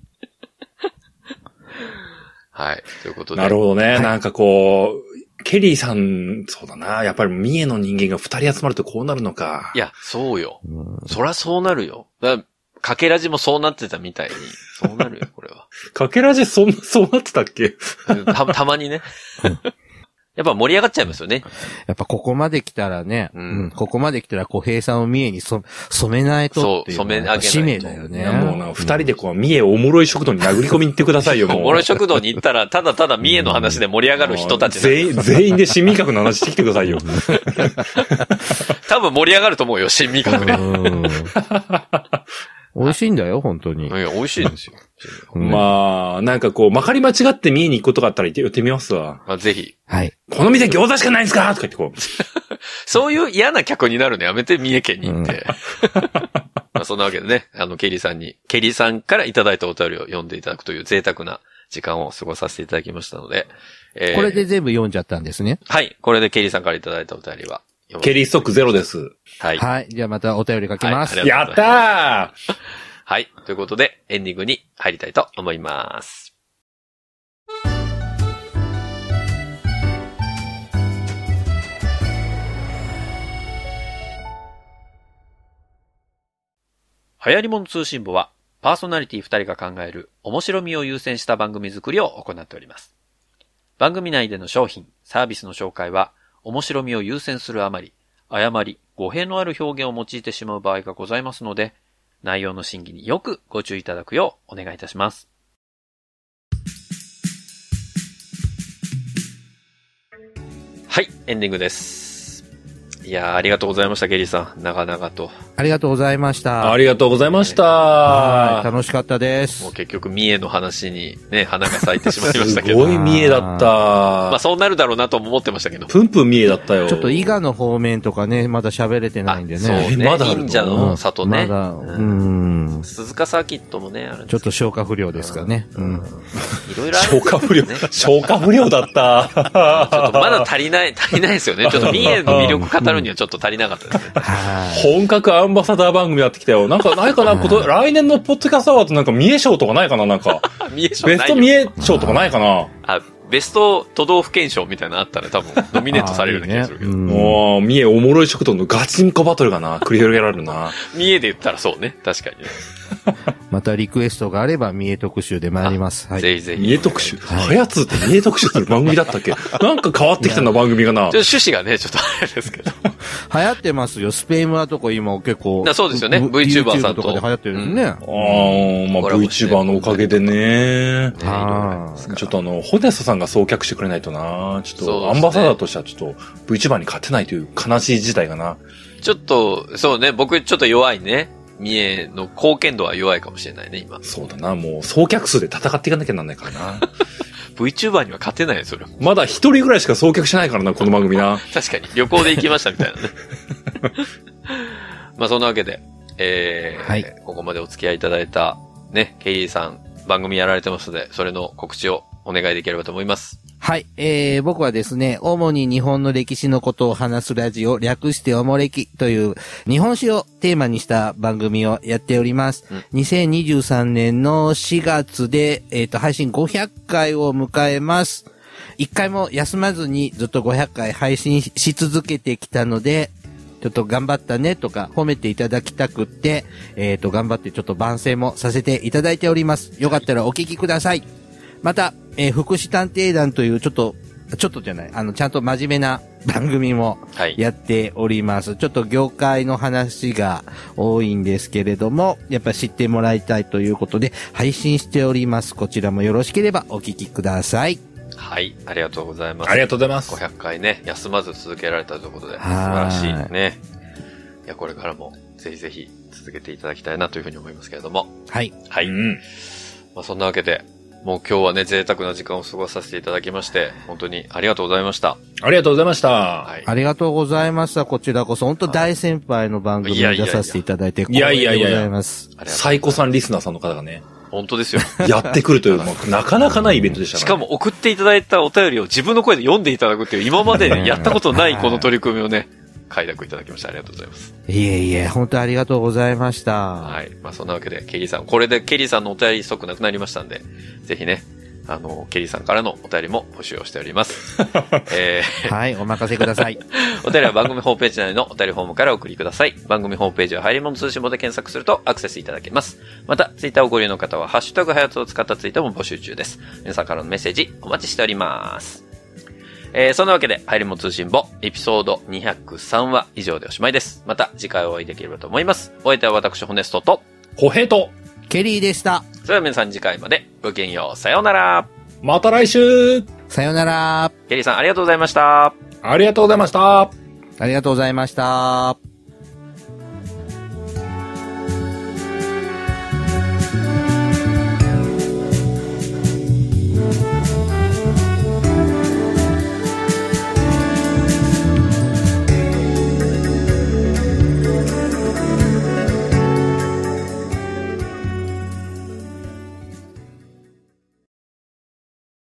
はい。ということで。 なるほどね。なんかこう、ケリーさん、そうだな。やっぱり三重の人間が2人集まるとこうなるのか。 いや、そうよ。そりゃそうなるよ。かけらじもそうなってたみたいに、そうなるよ、これは。 かけらじそうなってたっけたまにね。やっぱ盛り上がっちゃいますよね。 やっぱここまで来たらね、ここまで来たら小平さんを三重に染めないとっていう。 染め上げないと。 使命だよね。 もう二人でこう、三重おもろい食堂に殴り込みに行ってくださいよ、もう。 おもろい食堂に行ったら、ただただ三重の話で盛り上がる人たち全員で新味覚の話してきてくださいよ。 多分盛り上がると思うよ、新味覚で。 美味しいんだよ、本当に。 いや、美味しいんですよ。 まあ、なんかこう、まかり間違って三重に行くことがあったら寄ってみますわ。 ぜひ。 はい。 この店餃子しかないんですかとか言ってこう。 そういう嫌な客になるのやめて、三重県に行って。そんなわけでね、ケリーさんからいただいたお便りを読んでいただくという贅沢な時間を過ごさせていただきましたので。 これで全部読んじゃったんですね。 はい。これでケリーさんからいただいたお便りは。 ケリーストックゼロです。 はい。はい。じゃあまたお便り書きます。 やったーはい。ということで、エンディングに入りたいと思います。流行り物通信簿は、パーソナリティ2人が考える面白みを優先した番組作りを行っております。番組内での商品、サービスの紹介は、面白みを優先するあまり、誤り、語弊のある表現を用いてしまう場合がございますので、内容の審議によくご注意いただくようお願いいたします。はい、エンディングです。 いやー、ありがとうございました、ケリーさん。長々と。 ありがとうございました。 ありがとうございました。 はい、楽しかったです。 もう結局、三重の話にね、花が咲いてしまいましたけど。 すごい三重だった。 まあ、そうなるだろうなとも思ってましたけど。 プンプン三重だったよ。 ちょっと伊賀の方面とかね、まだ喋れてないんでね。 そうね。 まだ忍者の里ね。 まだ、 鈴鹿サーキットもね、あるんですちょっと消化不良ですかね。 いろいろある、 消化不良。消化不良だった。 ちょっとまだ足りないですよね。ちょっと三重の魅力語るにはちょっと足りなかったですね。 本格アンバサダー番組やってきたよ。なんかないかな来年のポッドキャストアワードなんか三重賞とかないかななんか。 三重賞ベスト三重賞とかないかなベスト都道府県賞みたいなのあったら多分ノミネートされるような気がするけど。 もう、三重おもろい食堂のガチンコバトルがな、繰り広げられるな。 三重で言ったらそうね。確かにね。 またリクエストがあれば三重特集で参ります。 はい、ぜひぜひ。 三重特集。はやつって三重特集する番組だったっけなんか変わってきたな、番組がな。 趣旨がね、ちょっとあれですけど。 流行ってますよ。スペイン村とか今結構。 そうですよね。VTuber さんと。 とかで流行ってるんですね。 まあ VTuber のおかげでね。ちょっとホネストさんが送客してくれないとな。ちょっとアンバサダーとしてはちょっと VTuber に勝てないという悲しい事態がな。 ちょっと、そうね、僕ちょっと弱いね。三重の貢献度は弱いかもしれないね、今。 そうだな、もう送客数で戦っていかなきゃなんないからな。 VTuber には勝てないよ、それ。 まだ一人ぐらいしか送客しないからな、この番組な。 確かに。旅行で行きましたみたいなね。まあそんなわけで、はい、ここまでお付き合いいただいた、ね、ケリーさん、番組やられてますので、それの告知をお願いできればと思います。 はい。僕はですね、主に日本の歴史のことを話すラジオ、略しておもれきという日本史をテーマにした番組をやっております。2023年の4月で、配信500回を迎えます。一回も休まずにずっと500回配信し続けてきたので、ちょっと頑張ったねとか褒めていただきたくって、頑張ってちょっと番宣もさせていただいております。よかったらお聞きください。また、福祉探偵団というちょっとじゃない、ちゃんと真面目な番組もやっております。はい、ちょっと業界の話が多いんですけれども、やっぱ知ってもらいたいということで配信しております。こちらもよろしければお聞きください。 はい、ありがとうございます。 ありがとうございます。 500回ね、休まず続けられたということで、素晴らしいね。いや、これからもぜひぜひ続けていただきたいなというふうに思いますけれども。 はい。 はい。まあそんなわけで、もう今日はね、贅沢な時間を過ごさせていただきまして、本当にありがとうございました。 ありがとうございました。 はい、ありがとうございました。こちらこそ、本当大先輩の番組に出させていただいて、光栄でございます。 サイコさんリスナーさんの方がね。 本当ですよ。 やってくるという、なかなかないイベントでしたね。 しかも送っていただいたお便りを自分の声で読んでいただくっていう、今までやったことないこの取り組みをね、快諾いただきました。ありがとうございます。 いえいえ、本当ありがとうございました。 はい。まあそんなわけで、ケリーさん、これでケリーさんのお便りストックなくなりましたんで、ぜひね、ケリーさんからのお便りも募集をしております。 はい、お任せください。 お便りは番組ホームページ内のお便りフォームからお送りください。番組ホームページは入り物通信簿で検索するとアクセスいただけます。また、ツイッターをご利用の方は、ハッシュタグはやつを使ったツイートも募集中です。皆さんからのメッセージお待ちしております。そんなわけで、入り物通信簿、エピソード203は以上でおしまいです。また次回お会いできればと思います。お相手は私、ホネストと、 小平と、 ケリーでした。 それでは皆さん次回までごきげんよう。さようなら。 また来週。 さようなら。 ケリーさんありがとうございました。 ありがとうございました。 ありがとうございました。